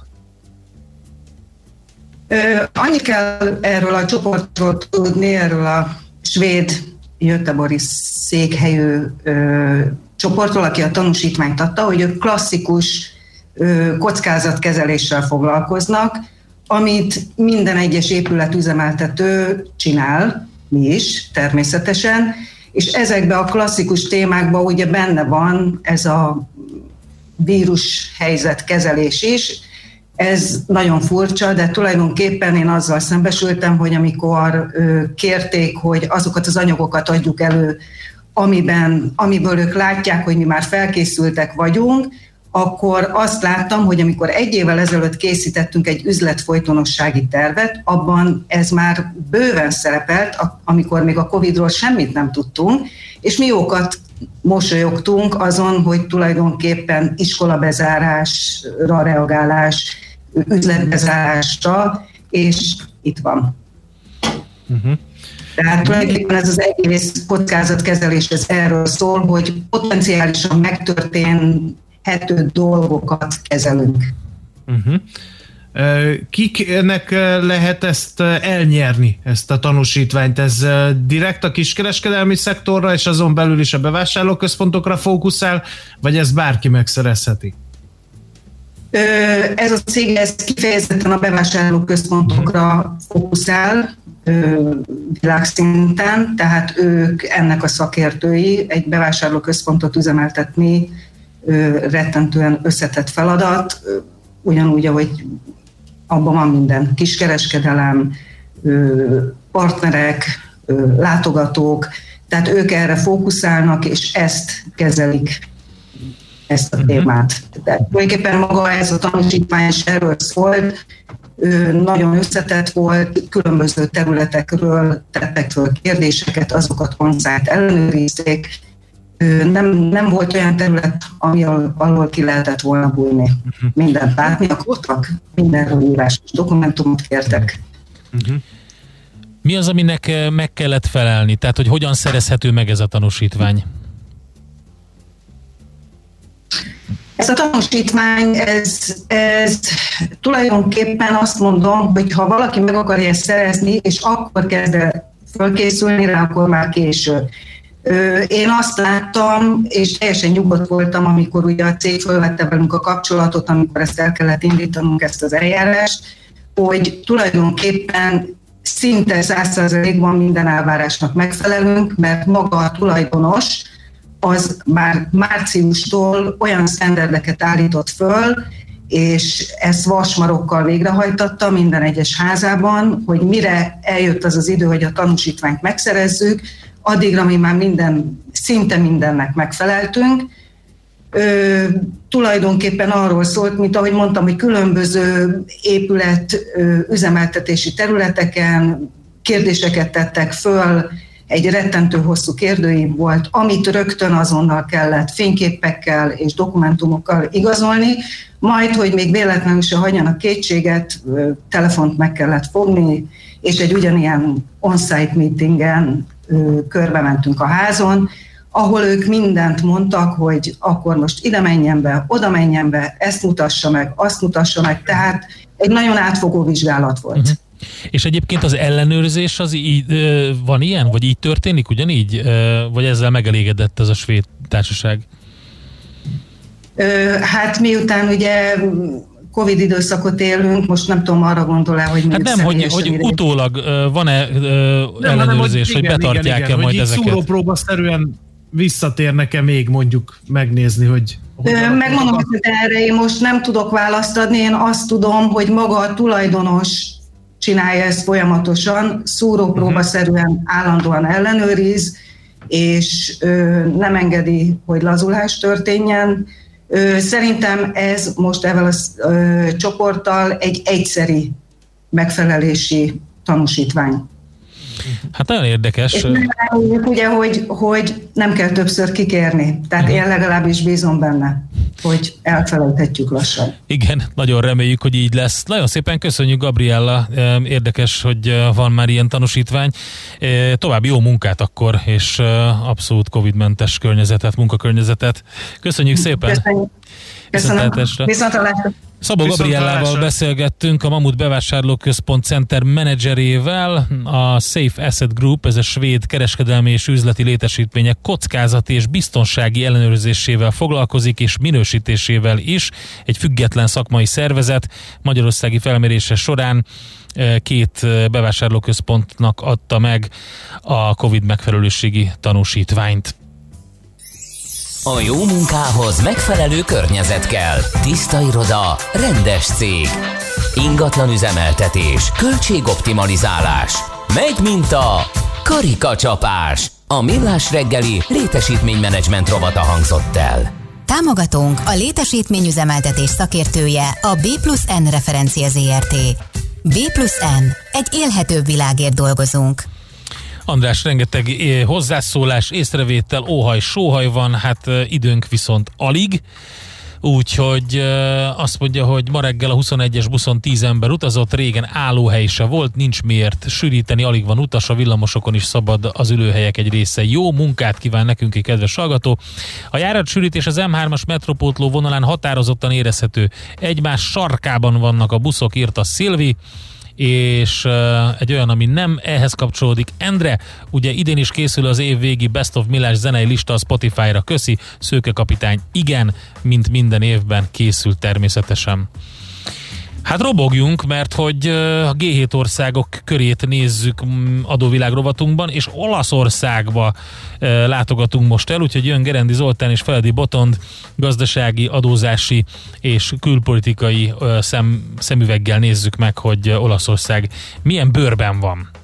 Annyi kell erről a csoportról tudni, erről a svéd Göteborgi székhelyű csoportról, aki a tanúsítványt adta, hogy ők klasszikus kockázatkezeléssel foglalkoznak, amit minden egyes épületüzemeltető csinál, mi is természetesen, és ezekben a klasszikus témákban ugye benne van ez a vírushelyzet kezelés is. Ez nagyon furcsa, de tulajdonképpen én azzal szembesültem, hogy amikor kérték, hogy azokat az anyagokat adjuk elő, amiből ők látják, hogy mi már felkészültek vagyunk, akkor azt láttam, hogy amikor 1 évvel ezelőtt készítettünk egy üzletfolytonossági tervet, abban ez már bőven szerepelt, amikor még a Covid-ról semmit nem tudtunk, és mi jókat mosolyogtunk azon, hogy tulajdonképpen iskolabezárásra reagálás, üzletbezárásra, és itt van. Tehát tulajdonképpen ez az egész kockázatkezelés, ez erről szól, hogy potenciálisan megtörténhető dolgokat kezelünk. Kiknek lehet ezt elnyerni, ezt a tanúsítványt? Ez direkt a kiskereskedelmi szektorra és azon belül is a bevásárlóközpontokra fókuszál, vagy ezt bárki megszerezheti? Ez a cég ez kifejezetten a bevásárlóközpontokra fókuszál világszinten, tehát ők ennek a szakértői. Egy bevásárlóközpontot üzemeltetni rettentően összetett feladat, ugyanúgy, ahogy abban van minden, kiskereskedelem, partnerek, látogatók, tehát ők erre fókuszálnak, és ezt kezelik, ezt a témát. Tehát tulajdonképpen maga ez a tanúsítvány is erről szólt, nagyon összetett volt, különböző területekről tettek föl kérdéseket, azokat on-site ellenőrizték, nem volt olyan terület, ahol ki lehetett volna bújni. Mindent látni akartak, mindenről írásos dokumentumot kértek. Mi az, aminek meg kellett felelni? Tehát, hogy hogyan szerezhető meg ez a tanúsítvány? Ez a tanúsítvány, ez tulajdonképpen azt mondom, hogy ha valaki meg akarja szerezni, és akkor kezd el fölkészülni rá, akkor már késő. Én azt láttam, és teljesen nyugodt voltam, amikor ugye a cég fölvette velünk a kapcsolatot, amikor ezt el kellett indítanunk, ezt az eljárást, hogy tulajdonképpen szinte 100%-ban minden elvárásnak megfelelünk, mert maga a tulajdonos az már márciustól olyan sztenderdeket állított föl, és ezt vasmarokkal végrehajtatta minden egyes házában, hogy mire eljött az az idő, hogy a tanúsítványt megszerezzük, addigra mi már szinte mindennek megfeleltünk. Tulajdonképpen arról szólt, mint ahogy mondtam, hogy különböző épület üzemeltetési területeken kérdéseket tettek föl, egy rettentő hosszú kérdőív volt, amit rögtön azonnal kellett fényképekkel és dokumentumokkal igazolni, majd, hogy még véletlenül se hagyjanak kétséget, telefont meg kellett fogni, és egy ugyanilyen on-site meetingen körbe mentünk a házon, ahol ők mindent mondtak, hogy akkor most ide menjen be, oda menjen be, ezt mutassa meg, azt mutassa meg, tehát egy nagyon átfogó vizsgálat volt. És egyébként az ellenőrzés az így, van ilyen? Vagy így történik ugyanígy? Vagy ezzel megelégedett ez a svéd társaság? Hát miután ugye Covid időszakot élünk, most nem tudom, arra gondol-e, hogy hát nem, hogy utólag van-e ellenőrzés, hogy betartják-e majd ezeket? Hogy szúrópróbaszerűen visszatérnek-e még mondjuk megnézni, hogy... Megmondom, hogy erre én most nem tudok választ adni, én azt tudom, hogy maga a tulajdonos csinálja ezt folyamatosan, szúrópróbaszerűen állandóan ellenőriz, és nem engedi, hogy lazulás történjen. Szerintem ez most ezzel a csoporttal egy egyszeri megfelelési tanúsítvány. Hát nagyon érdekes. És reméljük ugye, hogy nem kell többször kikérni. Tehát én legalábbis bízom benne, hogy elfelejthetjük lassan. Igen, nagyon reméljük, hogy így lesz. Nagyon szépen köszönjük, Gabriella. Érdekes, hogy van már ilyen tanúsítvány. További jó munkát akkor, és abszolút Covid-mentes környezetet, munkakörnyezetet. Köszönjük szépen! Köszönöm. Viszontlátásra. Szabó Gabriellával beszélgettünk, a Mamut Bevásárlóközpont Center menedzserével. A Safe Asset Group, ez a svéd kereskedelmi és üzleti létesítmények kockázati és biztonsági ellenőrzésével foglalkozik, és minősítésével is. Egy független szakmai szervezet magyarországi felmérése során 2 bevásárlóközpontnak adta meg a Covid megfelelőségi tanúsítványt. A jó munkához megfelelő környezet kell. Tiszta iroda, rendes cég. Ingatlan üzemeltetés, költségoptimalizálás. Megy, mint a karikacsapás. A Millás reggeli létesítménymenedzsment rovata hangzott el. Támogatónk a létesítményüzemeltetés szakértője, a B+N Referencia ZRT. B+N. Egy élhetőbb világért dolgozunk. András, rengeteg hozzászólás, észrevétel, óhaj, sóhaj van, hát időnk viszont alig. Úgyhogy azt mondja, hogy ma reggel a 21-es buszon 10 ember utazott, régen állóhely se volt, nincs miért sűríteni, alig van utas, a villamosokon is szabad az ülőhelyek egy része. Jó munkát kíván nekünk egy kedves hallgató. A járatsűrítés az M3-as metropótló vonalán határozottan érezhető. Egymás sarkában vannak a buszok, írta Szilvi. És egy olyan, ami nem ehhez kapcsolódik. Endre, ugye idén is készül az évvégi Best of Millás zenei lista a Spotify-ra. Köszi, Szőke kapitány. Igen, mint minden évben készül természetesen. Hát robogjunk, mert hogy a G7 országok körét nézzük adóvilág rovatunkban, és Olaszországba látogatunk most el, úgyhogy jön Gerendi Zoltán és Feledi Botond gazdasági, adózási és külpolitikai szemüveggel nézzük meg, hogy Olaszország milyen bőrben van.